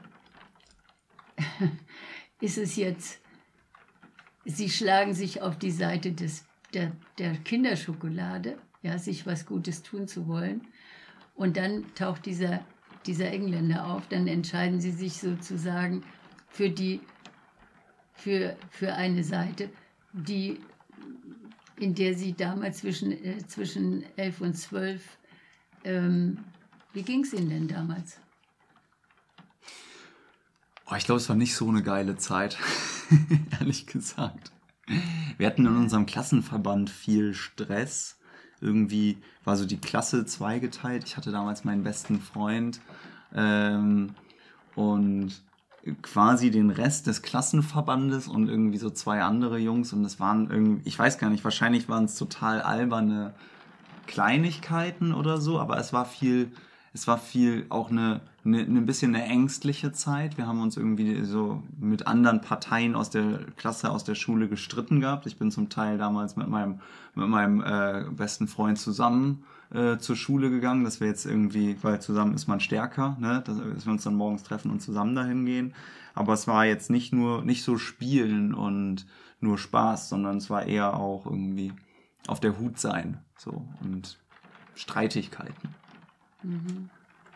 ist es jetzt, Sie schlagen sich auf die Seite des, der, der Kinderschokolade, ja, sich was Gutes tun zu wollen. Und dann taucht dieser, dieser Engländer auf, dann entscheiden Sie sich sozusagen für, die, für, für eine Seite, die, in der Sie damals zwischen, äh, zwischen elf und zwölf, ähm, wie ging es Ihnen denn damals? Oh, ich glaube, es war nicht so eine geile Zeit, ehrlich gesagt. Wir hatten in unserem Klassenverband viel Stress. Irgendwie war so die Klasse zweigeteilt. Ich hatte damals meinen besten Freund ähm, und quasi den Rest des Klassenverbandes und irgendwie so zwei andere Jungs. Und es waren irgendwie, ich weiß gar nicht, wahrscheinlich waren es total alberne Kleinigkeiten oder so, aber es war viel, es war viel auch eine, eine, ein bisschen eine ängstliche Zeit. Wir haben uns irgendwie so mit anderen Parteien aus der Klasse, aus der Schule gestritten gehabt. Ich bin zum Teil damals mit meinem, mit meinem äh, besten Freund zusammen äh, zur Schule gegangen, dass wir jetzt irgendwie, weil zusammen ist man stärker, ne? dass, dass wir uns dann morgens treffen und zusammen dahin gehen. Aber es war jetzt nicht nur, nicht so Spielen und nur Spaß, sondern es war eher auch irgendwie auf der Hut sein. So. Und Streitigkeiten. Mhm.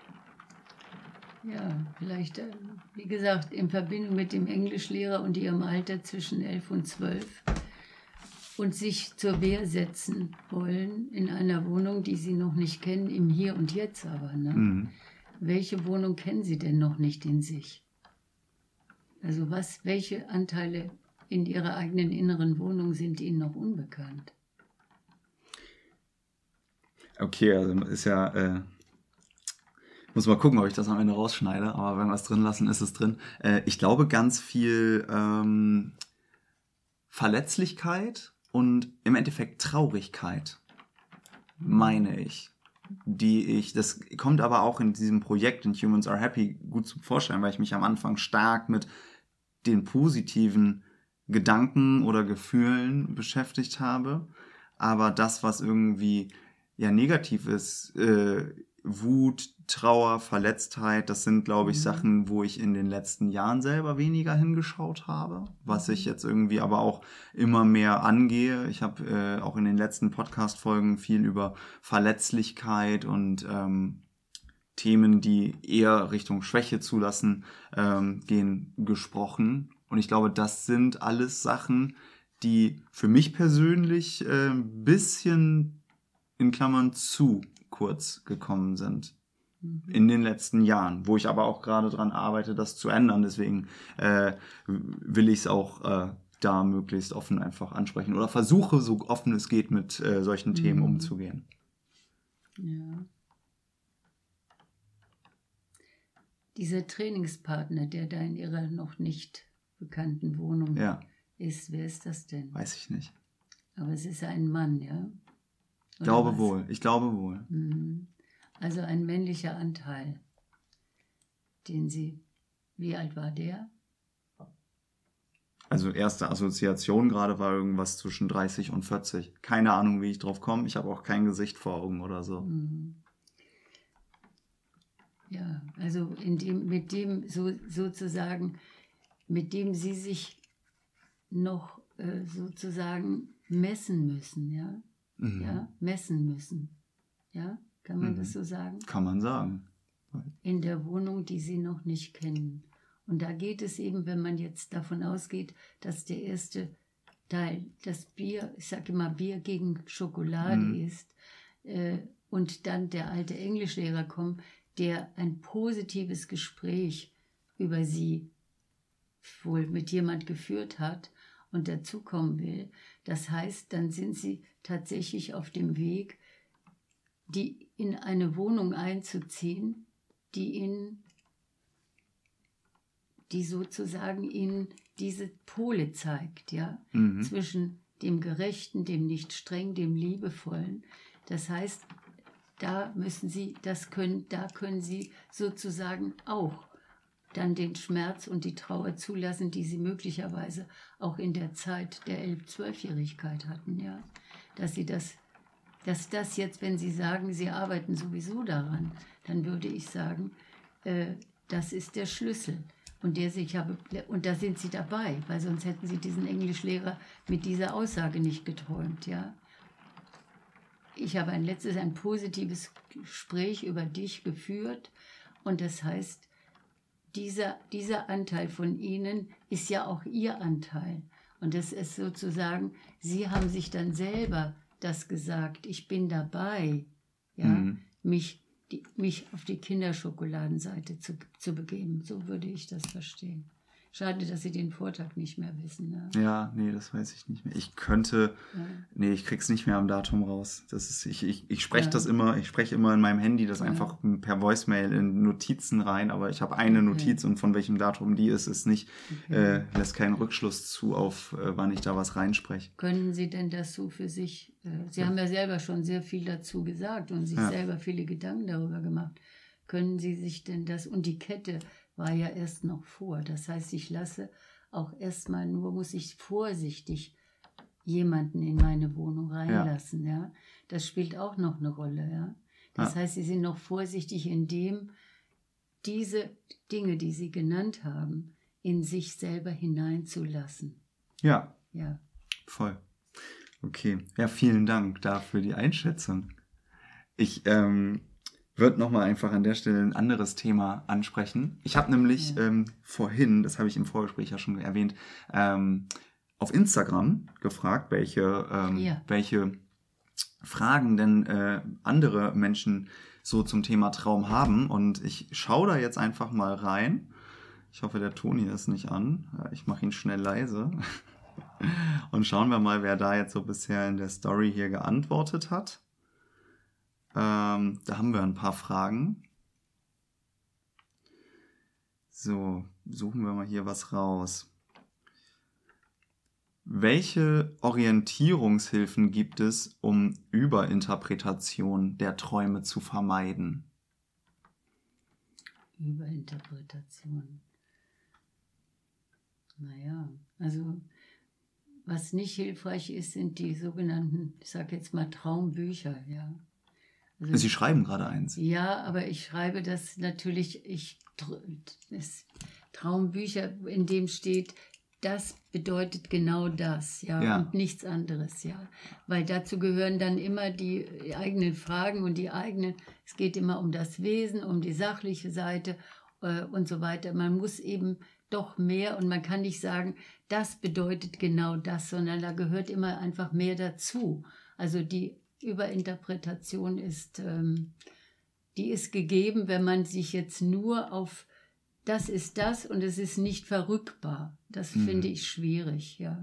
Ja, vielleicht, wie gesagt, in Verbindung mit dem Englischlehrer und ihrem Alter zwischen elf und zwölf und sich zur Wehr setzen wollen in einer Wohnung, die sie noch nicht kennen, im Hier und Jetzt aber. Ne? Mhm. Welche Wohnung kennen sie denn noch nicht in sich? Also was, welche Anteile in ihrer eigenen inneren Wohnung sind ihnen noch unbekannt? Okay, also ist ja... Äh Muss mal gucken, ob ich das am Ende rausschneide, aber wenn wir es drin lassen, ist es drin. Äh, ich glaube, ganz viel ähm, Verletzlichkeit und im Endeffekt Traurigkeit, meine ich, die ich, das kommt aber auch in diesem Projekt in Humans Are Happy gut zum Vorschein, weil ich mich am Anfang stark mit den positiven Gedanken oder Gefühlen beschäftigt habe, aber das, was irgendwie ja negativ ist, äh, Wut, Trauer, Verletztheit, das sind, glaube ich, mhm. Sachen, wo ich in den letzten Jahren selber weniger hingeschaut habe, was mhm. ich jetzt irgendwie aber auch immer mehr angehe. Ich habe äh, auch in den letzten Podcast-Folgen viel über Verletzlichkeit und ähm, Themen, die eher Richtung Schwäche zulassen, ähm, gehen, gesprochen. Und ich glaube, das sind alles Sachen, die für mich persönlich ein äh, bisschen in Klammern zu kurz gekommen sind mhm. in den letzten Jahren, wo ich aber auch gerade dran arbeite, das zu ändern. Deswegen äh, will ich es auch äh, da möglichst offen einfach ansprechen oder versuche, so offen es geht, mit äh, solchen mhm. Themen umzugehen. Ja. Dieser Trainingspartner, der da in ihrer noch nicht bekannten Wohnung ja. ist, wer ist das denn? Weiß ich nicht. Aber es ist ein Mann, ja? Ich glaube wohl, ich glaube wohl. Also ein männlicher Anteil, den sie, wie alt war der? Also erste Assoziation gerade war irgendwas zwischen dreißig und vierzig. Keine Ahnung, wie ich drauf komme. Ich habe auch kein Gesicht vor Augen oder so. Ja, also in dem, mit dem so, sozusagen, mit dem sie sich noch äh, sozusagen messen müssen, ja? Mhm. Ja, messen müssen. Ja, kann man mhm. das so sagen? Kann man sagen. In der Wohnung, die sie noch nicht kennen. Und da geht es eben, wenn man jetzt davon ausgeht, dass der erste Teil, das Bier, ich sage immer Bier gegen Schokolade mhm. ist, äh, und dann der alte Englischlehrer kommt, der ein positives Gespräch über sie wohl mit jemand geführt hat und dazukommen will. Das heißt, dann sind sie tatsächlich auf dem Weg, die in eine Wohnung einzuziehen, die ihnen, die sozusagen ihnen diese Pole zeigt, ja, mhm. zwischen dem Gerechten, dem nicht streng, dem Liebevollen. Das heißt, da müssen sie, das können, da können sie sozusagen auch dann den Schmerz und die Trauer zulassen, die sie möglicherweise auch in der Zeit der elf-, zwölfjährigkeit hatten, ja. Dass sie das, dass das jetzt, wenn sie sagen, sie arbeiten sowieso daran, dann würde ich sagen, äh, das ist der Schlüssel. Und, der sich habe, und da sind sie dabei, weil sonst hätten sie diesen Englischlehrer mit dieser Aussage nicht geträumt, ja. Ich habe ein letztes, ein positives Gespräch über dich geführt und das heißt, dieser, dieser Anteil von Ihnen ist ja auch Ihr Anteil. Und das ist sozusagen, Sie haben sich dann selber das gesagt, ich bin dabei, ja, mhm. mich, die, mich auf die Kinderschokoladenseite zu, zu begeben. So würde ich das verstehen. Schade, dass Sie den Vortag nicht mehr wissen. Ne? Ja, nee, das weiß ich nicht mehr. Ich könnte, ja. nee, ich krieg's nicht mehr am Datum raus. Das ist, ich ich, ich spreche ja. das immer, ich spreche immer in meinem Handy das ja. einfach per Voicemail in Notizen rein, aber ich habe eine okay. Notiz und von welchem Datum die ist, ist nicht, okay. äh, lässt keinen Rückschluss zu auf, äh, wann ich da was reinspreche. Können Sie denn das so für sich, äh, Sie ja. haben ja selber schon sehr viel dazu gesagt und sich ja. selber viele Gedanken darüber gemacht. Können Sie sich denn das, und die Kette war ja erst noch vor. Das heißt, ich lasse auch erstmal nur, muss ich vorsichtig jemanden in meine Wohnung reinlassen. Ja. Ja. Das spielt auch noch eine Rolle. Ja. Das ja. heißt, Sie sind noch vorsichtig, indem diese Dinge, die Sie genannt haben, in sich selber hineinzulassen. Ja, ja. Voll. Okay, ja, vielen Dank dafür die Einschätzung. Ich ähm, würde nochmal einfach an der Stelle ein anderes Thema ansprechen. Ich habe nämlich ja. ähm, vorhin, das habe ich im Vorgespräch ja schon erwähnt, ähm, auf Instagram gefragt, welche, ähm, ja. welche Fragen denn äh, andere Menschen so zum Thema Traum haben. Und ich schaue da jetzt einfach mal rein. Ich hoffe, der Ton hier ist nicht an. Ich mache ihn schnell leise. Und schauen wir mal, wer da jetzt so bisher in der Story hier geantwortet hat. Ähm, da haben wir ein paar Fragen. So, suchen wir mal hier was raus. Welche Orientierungshilfen gibt es, um Überinterpretation der Träume zu vermeiden? Überinterpretation. Naja, also was nicht hilfreich ist, sind die sogenannten, ich sage jetzt mal Traumbücher, ja. Also, Sie schreiben gerade eins. Ja, aber ich schreibe das natürlich, ich das Traumbücher, in dem steht, das bedeutet genau das, ja, ja, und nichts anderes, ja. Weil dazu gehören dann immer die eigenen Fragen und die eigenen, es geht immer um das Wesen, um die sachliche Seite äh, und so weiter. Man muss eben doch mehr und man kann nicht sagen, das bedeutet genau das, sondern da gehört immer einfach mehr dazu. Also die Überinterpretation ist, ähm, die ist gegeben, wenn man sich jetzt nur auf das ist das und es ist nicht verrückbar. Das mhm. finde ich schwierig, ja.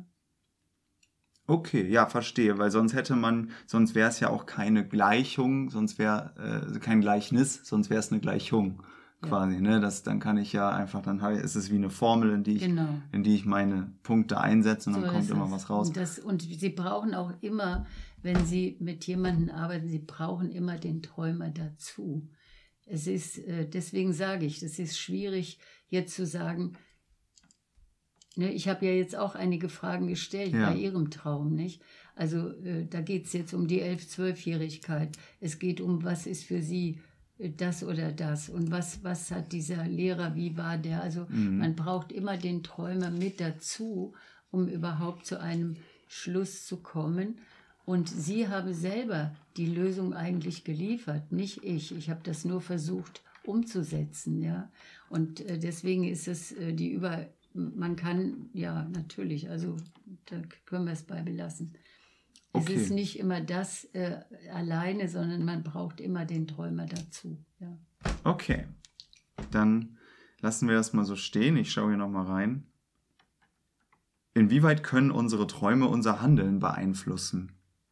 Okay, ja, verstehe, weil sonst hätte man, sonst wäre es ja auch keine Gleichung, sonst wäre äh, kein Gleichnis, sonst wäre es eine Gleichung quasi, ja. ne? Das, dann kann ich ja einfach, dann habe ich, ist es wie eine Formel, in die ich, genau. in die ich meine Punkte einsetze und so dann kommt immer was raus. Und, das, und Sie brauchen auch immer, wenn Sie mit jemandem arbeiten, Sie brauchen immer den Träumer dazu. Es ist, deswegen sage ich, das ist schwierig, jetzt zu sagen, ne, ich habe ja jetzt auch einige Fragen gestellt ja. bei Ihrem Traum, nicht? Also äh, da geht es jetzt um die elf-, zwölfjährigkeit. Es geht um, was ist für Sie äh, das oder das und was, was hat dieser Lehrer, wie war der? Also mhm. man braucht immer den Träumer mit dazu, um überhaupt zu einem Schluss zu kommen. Und Sie haben selber die Lösung eigentlich geliefert, nicht ich. Ich habe das nur versucht umzusetzen, ja. Und äh, deswegen ist es äh, die Über... Man kann, ja, natürlich, also da können wir es bei belassen. Okay. Es ist nicht immer das äh, alleine, sondern man braucht immer den Träumer dazu, ja. Okay, dann lassen wir das mal so stehen. Ich schaue hier nochmal rein. Inwieweit können unsere Träume unser Handeln beeinflussen?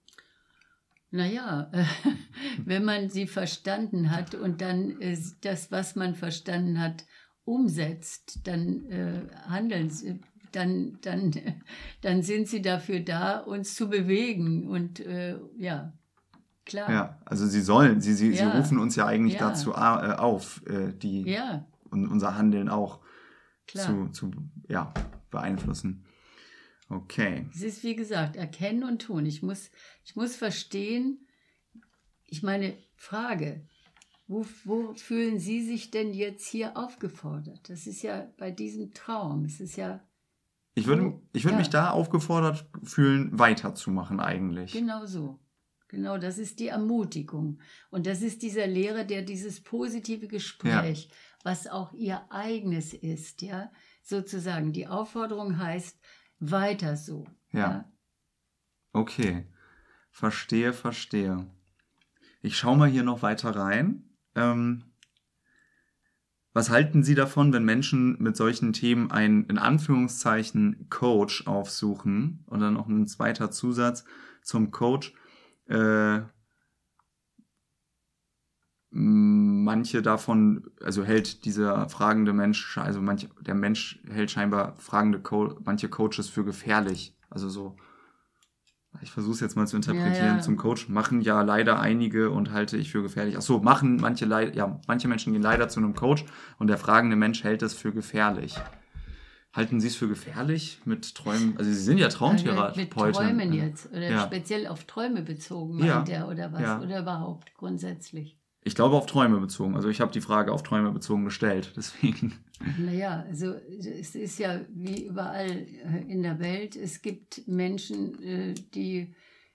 Naja, äh, wenn man sie verstanden hat und dann äh, das, was man verstanden hat, umsetzt, dann äh, handeln sie, dann, dann, dann sind sie dafür da, uns zu bewegen und äh, ja, klar. Ja, also sie sollen, sie, sie, ja. sie rufen uns ja eigentlich ja. dazu äh, auf, äh, die ja. und unser Handeln auch zu, zu ja, beeinflussen. Okay. Es ist, wie gesagt, erkennen und tun. Ich muss, ich muss verstehen, ich meine, Frage, wo, wo fühlen Sie sich denn jetzt hier aufgefordert? Das ist ja bei diesem Traum, es ist ja... Ich würde, ich würde ja. mich da aufgefordert fühlen, weiterzumachen eigentlich. Genau so. Genau, das ist die Ermutigung. Und das ist dieser Lehrer, der dieses positive Gespräch, ja. was auch ihr eigenes ist, ja, sozusagen. Die Aufforderung heißt, weiter so. Ja. ja. Okay. Verstehe, verstehe. Ich schaue mal hier noch weiter rein. Ähm, was halten Sie davon, wenn Menschen mit solchen Themen einen, in Anführungszeichen, Coach aufsuchen? Und dann noch ein zweiter Zusatz zum Coach. Äh, manche davon, also hält dieser fragende Mensch, also manch, der Mensch hält scheinbar fragende Co- manche Coaches für gefährlich. Also so, ich versuche es jetzt mal zu interpretieren, ja, ja. zum Coach, machen ja leider einige und halte ich für gefährlich. Ach so, machen manche leider, ja, manche Menschen gehen leider zu einem Coach und der fragende Mensch hält es für gefährlich. Halten Sie es für gefährlich mit Träumen? Also Sie sind ja Traumtherapeut. Mit Träumen jetzt oder ja. speziell auf Träume bezogen, meint ja. er oder was? Ja. Oder überhaupt grundsätzlich? Ich glaube auf Träume bezogen. Also ich habe die Frage auf Träume bezogen gestellt, deswegen. Naja, also es ist ja wie überall in der Welt, es gibt Menschen, die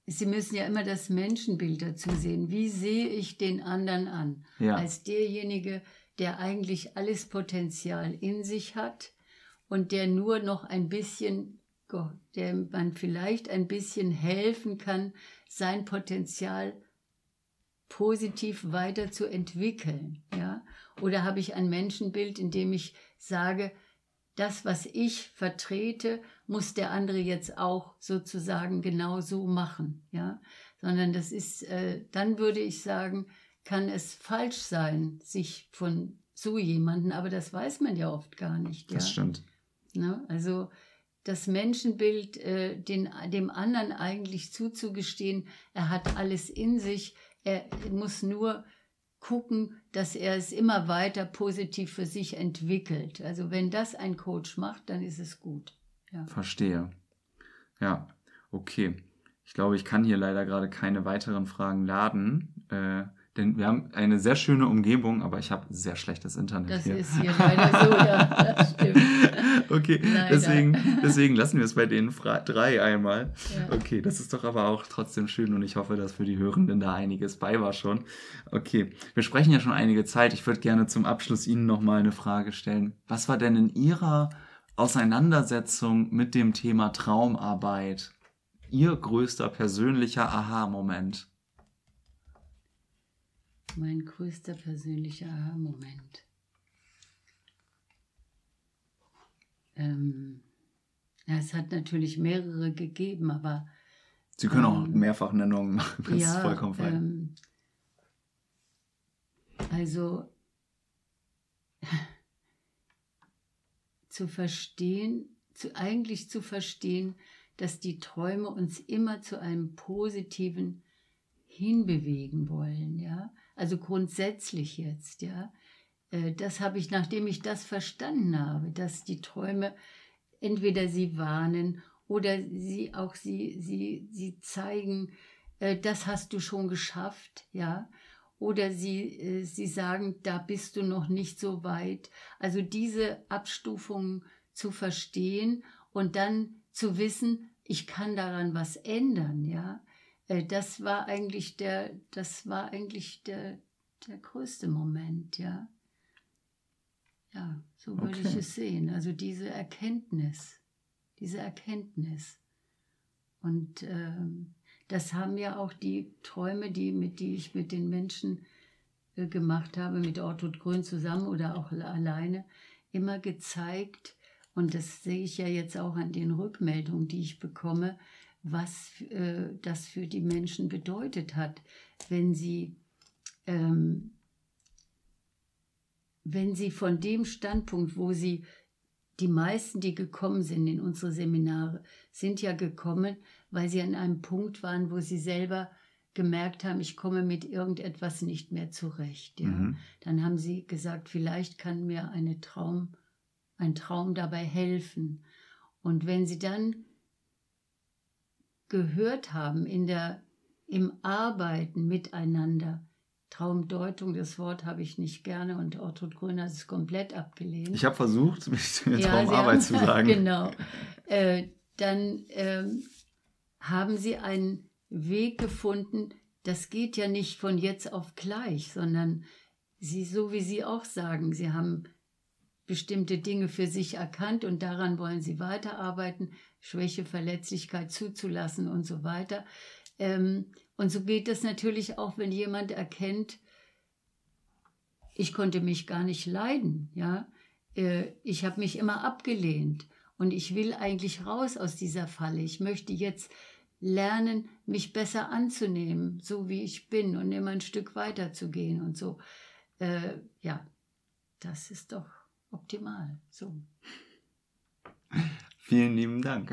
Sie müssen ja immer das Menschenbild dazu sehen. Wie sehe ich den anderen an? Ja. Als derjenige, der eigentlich alles Potenzial in sich hat und der nur noch ein bisschen, der man vielleicht ein bisschen helfen kann, sein Potenzial positiv weiterzuentwickeln. Ja? Oder habe ich ein Menschenbild, in dem ich sage, das, was ich vertrete, muss der andere jetzt auch sozusagen genau so machen. Ja? Sondern das ist, äh, dann würde ich sagen, kann es falsch sein, sich von so jemanden, aber das weiß man ja oft gar nicht. Ja? Das stimmt. Ne? Also das Menschenbild, äh, den, dem anderen eigentlich zuzugestehen, er hat alles in sich, er muss nur gucken, dass er es immer weiter positiv für sich entwickelt. Also wenn das ein Coach macht, dann ist es gut. Ja. Verstehe. Ja, okay. Ich glaube, ich kann hier leider gerade keine weiteren Fragen laden, äh, denn wir haben eine sehr schöne Umgebung, aber ich habe sehr schlechtes Internet Das hier. ist hier leider so, ja, das stimmt. Okay, Leider. deswegen, deswegen lassen wir es bei den Fra- drei einmal. Ja. Okay, das ist doch aber auch trotzdem schön und ich hoffe, dass für die Hörenden da einiges bei war schon. Okay, wir sprechen ja schon einige Zeit. Ich würde gerne zum Abschluss Ihnen nochmal eine Frage stellen. Was war denn in Ihrer Auseinandersetzung mit dem Thema Traumarbeit Ihr größter persönlicher Aha-Moment? Mein größter persönlicher Aha-Moment. Ähm, ja, es hat natürlich mehrere gegeben, aber Sie können auch ähm, Mehrfachnennungen machen, das ja, ist vollkommen fein. Ähm, also zu verstehen, zu, eigentlich zu verstehen, dass die Träume uns immer zu einem Positiven hinbewegen wollen, ja. Also grundsätzlich jetzt, ja. Das habe ich, nachdem ich das verstanden habe, dass die Träume entweder sie warnen oder sie auch sie, sie, sie zeigen, das hast du schon geschafft, ja. Oder sie, sie sagen, da bist du noch nicht so weit. Also diese Abstufungen zu verstehen und dann zu wissen, ich kann daran was ändern, ja. Das war eigentlich der, das war eigentlich der, der größte Moment, ja. Ja, so würde Okay. ich es sehen. Also diese Erkenntnis, diese Erkenntnis. Und ähm, das haben ja auch die Träume, die, mit, die ich mit den Menschen äh, gemacht habe, mit Ortrud Grün zusammen oder auch alleine, immer gezeigt. Und das sehe ich ja jetzt auch an den Rückmeldungen, die ich bekomme, was äh, das für die Menschen bedeutet hat, wenn sie, ähm, wenn sie von dem Standpunkt, wo sie, die meisten, die gekommen sind in unsere Seminare, sind ja gekommen, weil sie an einem Punkt waren, wo sie selber gemerkt haben, ich komme mit irgendetwas nicht mehr zurecht. Ja? Mhm. Dann haben sie gesagt, vielleicht kann mir eine Traum, ein Traum dabei helfen. Und wenn sie dann gehört haben in der, im Arbeiten miteinander, Traumdeutung, das Wort habe ich nicht gerne und Ortrud Grün hat es komplett abgelehnt. Ich habe versucht, mit Ja, Traumarbeit Sie zu haben- sagen. Genau. Äh, dann ähm, haben sie einen Weg gefunden, das geht ja nicht von jetzt auf gleich, sondern sie, so wie Sie auch sagen, sie haben bestimmte Dinge für sich erkannt und daran wollen sie weiterarbeiten, Schwäche, Verletzlichkeit zuzulassen und so weiter. Ähm, und so geht es natürlich auch, wenn jemand erkennt, ich konnte mich gar nicht leiden, ja, äh, ich habe mich immer abgelehnt und ich will eigentlich raus aus dieser Falle. Ich möchte jetzt lernen, mich besser anzunehmen, so wie ich bin und immer ein Stück weiter zu gehen und so. Äh, ja, das ist doch optimal. So. Vielen lieben Dank.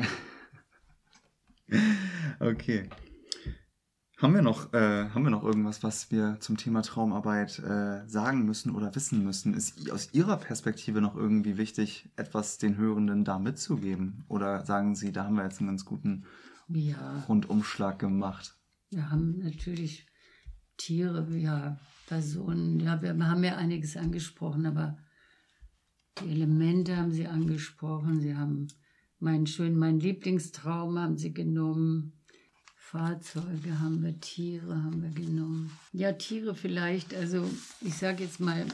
Okay. Haben wir noch, äh, haben wir noch irgendwas, was wir zum Thema Traumarbeit äh, sagen müssen oder wissen müssen? Ist aus Ihrer Perspektive noch irgendwie wichtig, etwas den Hörenden da mitzugeben? Oder sagen Sie, da haben wir jetzt einen ganz guten Ja, Rundumschlag gemacht? wir haben natürlich Tiere, ja, Personen, ja, wir haben ja einiges angesprochen, aber die Elemente haben Sie angesprochen, Sie haben meinen schönen, meinen Lieblingstraum haben Sie genommen, Fahrzeuge haben wir, Tiere haben wir genommen. Ja, Tiere vielleicht, also ich sage jetzt mal,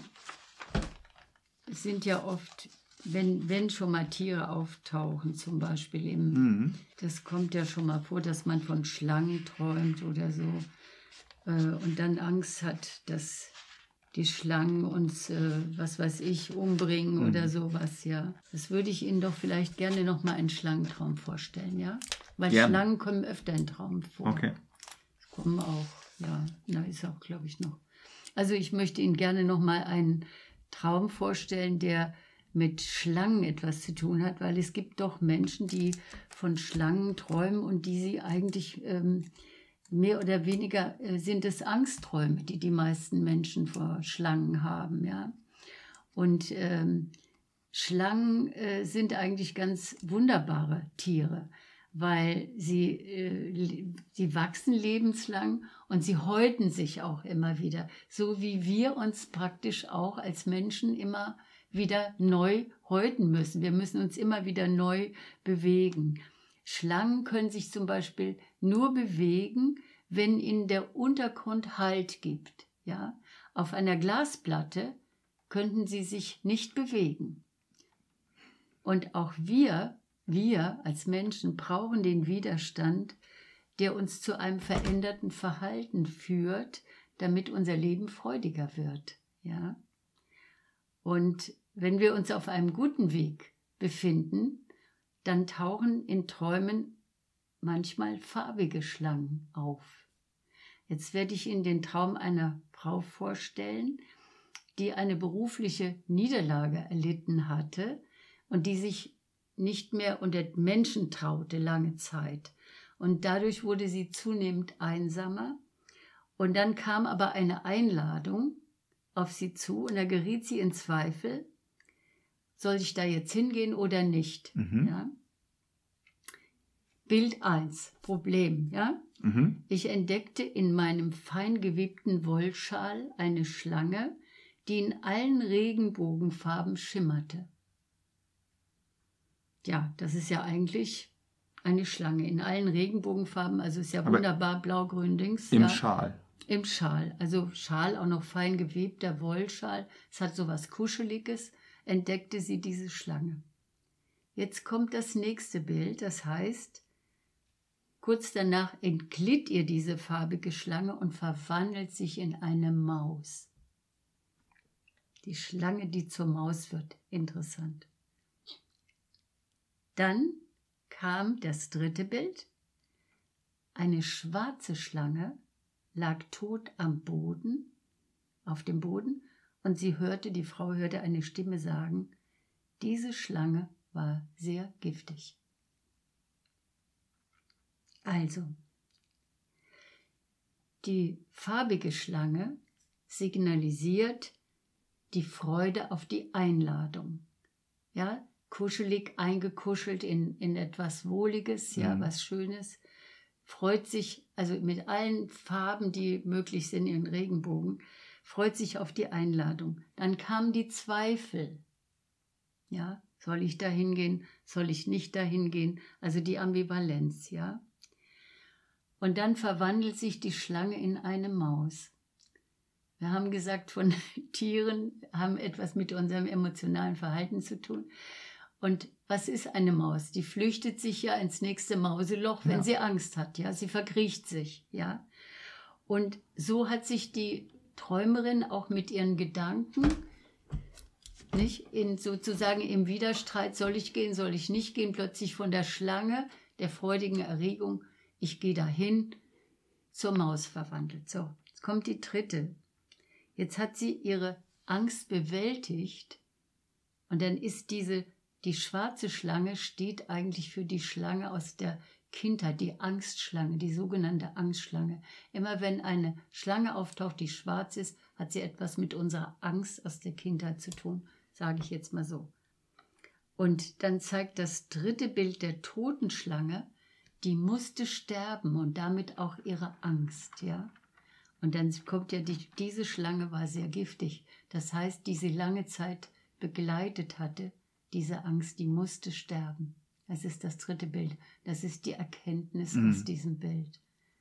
es sind ja oft, wenn, wenn schon mal Tiere auftauchen, zum Beispiel im, mhm. das kommt ja schon mal vor, dass man von Schlangen träumt oder so äh, und dann Angst hat, dass die Schlangen uns, äh, was weiß ich, umbringen mhm. oder sowas, ja. Das würde ich Ihnen doch vielleicht gerne nochmal einen Schlangentraum vorstellen, ja? Weil gerne. Schlangen kommen öfter in Traum vor. Okay. Kommen auch, ja, na ist auch, glaube ich, noch. Also ich möchte Ihnen gerne nochmal einen Traum vorstellen, der mit Schlangen etwas zu tun hat, weil es gibt doch Menschen, die von Schlangen träumen und die sie eigentlich... Ähm, mehr oder weniger äh, sind es Angstträume, die die meisten Menschen vor Schlangen haben, ja. Und ähm, Schlangen äh, sind eigentlich ganz wunderbare Tiere, weil sie, äh, sie wachsen lebenslang und sie häuten sich auch immer wieder, so wie wir uns praktisch auch als Menschen immer wieder neu häuten müssen. Wir müssen uns immer wieder neu bewegen. Schlangen können sich zum Beispiel nur bewegen, wenn ihnen der Untergrund Halt gibt. Ja? Auf einer Glasplatte könnten sie sich nicht bewegen. Und auch wir, wir als Menschen brauchen den Widerstand, der uns zu einem veränderten Verhalten führt, damit unser Leben freudiger wird. Ja? Und wenn wir uns auf einem guten Weg befinden, dann tauchen in Träumen manchmal farbige Schlangen auf. Jetzt werde ich Ihnen den Traum einer Frau vorstellen, die eine berufliche Niederlage erlitten hatte und die sich nicht mehr unter Menschen traute lange Zeit. Und dadurch wurde sie zunehmend einsamer. Und dann kam aber eine Einladung auf sie zu und da geriet sie in Zweifel, soll ich da jetzt hingehen oder nicht? Mhm. Ja? Bild eins, Problem. Ja? Mhm. Ich entdeckte in meinem fein gewebten Wollschal eine Schlange, die in allen Regenbogenfarben schimmerte. Ja, das ist ja eigentlich eine Schlange in allen Regenbogenfarben, also ist ja aber wunderbar, blau-grün, links. Im ja. Schal. Im Schal, also Schal, auch noch fein gewebter Wollschal. Es hat so was Kuscheliges, entdeckte sie diese Schlange. Jetzt kommt das nächste Bild, das heißt, kurz danach entglitt ihr diese farbige Schlange und verwandelt sich in eine Maus. Die Schlange, die zur Maus wird, interessant. Dann kam das dritte Bild. Eine schwarze Schlange lag tot am Boden, auf dem Boden, und sie hörte, die Frau hörte eine Stimme sagen, diese Schlange war sehr giftig. Also, die farbige Schlange signalisiert die Freude auf die Einladung. Ja, kuschelig eingekuschelt in, in etwas Wohliges, ja, mhm. was Schönes. Freut sich, also mit allen Farben, die möglich sind in Regenbogen, freut sich auf die Einladung. Dann kamen die Zweifel. Ja, soll ich da hingehen, soll ich nicht dahin gehen? Also die Ambivalenz, ja. Und dann verwandelt sich die Schlange in eine Maus. Wir haben gesagt, von Tieren haben etwas mit unserem emotionalen Verhalten zu tun. Und was ist eine Maus? Die flüchtet sich ja ins nächste Mauseloch, wenn ja. sie Angst hat. Ja, sie verkriecht sich. Ja, und so hat sich die Träumerin auch mit ihren Gedanken, nicht, in sozusagen im Widerstreit, soll ich gehen, soll ich nicht gehen, plötzlich von der Schlange, der freudigen Erregung, ich gehe dahin, zur Maus verwandelt. So, jetzt kommt die dritte. Jetzt hat sie ihre Angst bewältigt und dann ist diese Die schwarze Schlange steht eigentlich für die Schlange aus der Kindheit, die Angstschlange, die sogenannte Angstschlange. Immer wenn eine Schlange auftaucht, die schwarz ist, hat sie etwas mit unserer Angst aus der Kindheit zu tun, sage ich jetzt mal so. Und dann zeigt das dritte Bild der toten Schlange, die musste sterben und damit auch ihre Angst, ja. Und dann kommt ja, die, diese Schlange war sehr giftig. Das heißt, die sie lange Zeit begleitet hatte, diese Angst, die musste sterben. Das ist das dritte Bild. Das ist die Erkenntnis mhm. aus diesem Bild.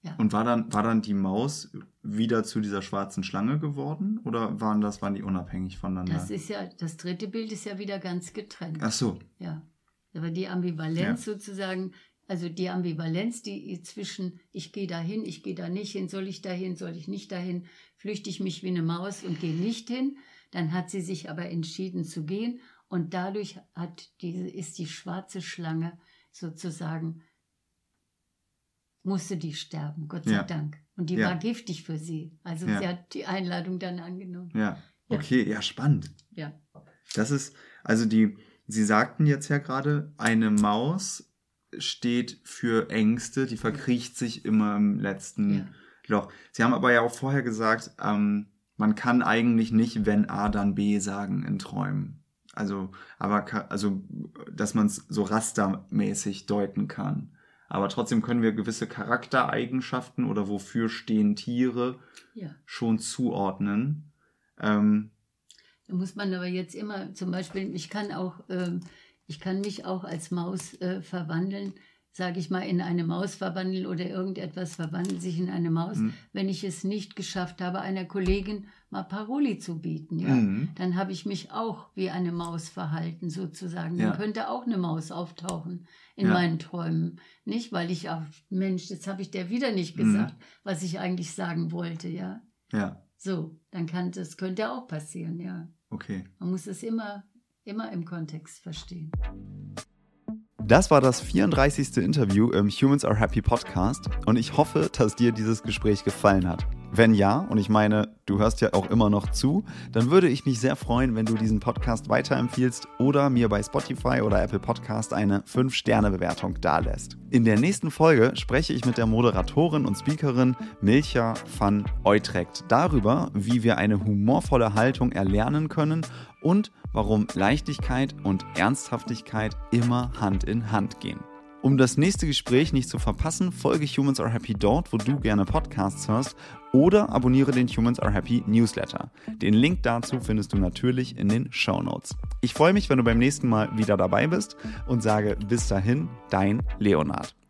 Ja. Und war dann, war dann die Maus wieder zu dieser schwarzen Schlange geworden? Oder waren das, waren die unabhängig voneinander? Das ist ja, das dritte Bild ist ja wieder ganz getrennt. Ach so. Ja. Aber die Ambivalenz ja. sozusagen, also die Ambivalenz, die zwischen ich gehe dahin, ich gehe da nicht hin, soll ich dahin, soll ich nicht dahin, flüchte ich mich wie eine Maus und gehe nicht hin. Dann hat sie sich aber entschieden zu gehen und dadurch hat diese, ist die schwarze Schlange sozusagen, musste die sterben, Gott sei ja. Dank. Und die ja. war giftig für sie. Also ja. sie hat die Einladung dann angenommen. Ja, okay, ja, ja spannend. Ja. Das ist, also die, Sie sagten jetzt ja gerade, eine Maus steht für Ängste, die verkriecht sich immer im letzten ja. Loch. Sie haben aber ja auch vorher gesagt, ähm, man kann eigentlich nicht, wenn A, dann B sagen in Träumen. Also, aber also, dass man es so rastermäßig deuten kann. Aber trotzdem können wir gewisse Charaktereigenschaften oder wofür stehen Tiere ja. schon zuordnen. Ähm, da muss man aber jetzt immer, zum Beispiel, ich kann auch, ähm, ich kann mich auch als Maus äh, verwandeln, sage ich mal, in eine Maus verwandeln oder irgendetwas verwandelt sich in eine Maus, mhm. wenn ich es nicht geschafft habe, einer Kollegin mal Paroli zu bieten. Ja? Mhm. Dann habe ich mich auch wie eine Maus verhalten, sozusagen. Dann ja. könnte auch eine Maus auftauchen in ja. meinen Träumen. Nicht, weil ich auch, Mensch, jetzt habe ich der wieder nicht gesagt, mhm. was ich eigentlich sagen wollte. Ja. Ja. So, dann kann das könnte auch passieren, ja. Okay. Man muss es immer, immer im Kontext verstehen. Das war das vierunddreißigste Interview im Humans Are Happy Podcast und ich hoffe, dass dir dieses Gespräch gefallen hat. Wenn ja, und ich meine, du hörst ja auch immer noch zu, dann würde ich mich sehr freuen, wenn du diesen Podcast weiterempfiehlst oder mir bei Spotify oder Apple Podcast eine fünf Sterne Bewertung dalässt. In der nächsten Folge spreche ich mit der Moderatorin und Speakerin Milcha van Utrecht darüber, wie wir eine humorvolle Haltung erlernen können und warum Leichtigkeit und Ernsthaftigkeit immer Hand in Hand gehen. Um das nächste Gespräch nicht zu verpassen, folge Humans Are Happy dort, wo du gerne Podcasts hörst, oder abonniere den Humans Are Happy Newsletter. Den Link dazu findest du natürlich in den Shownotes. Ich freue mich, wenn du beim nächsten Mal wieder dabei bist und sage bis dahin, dein Leonhard.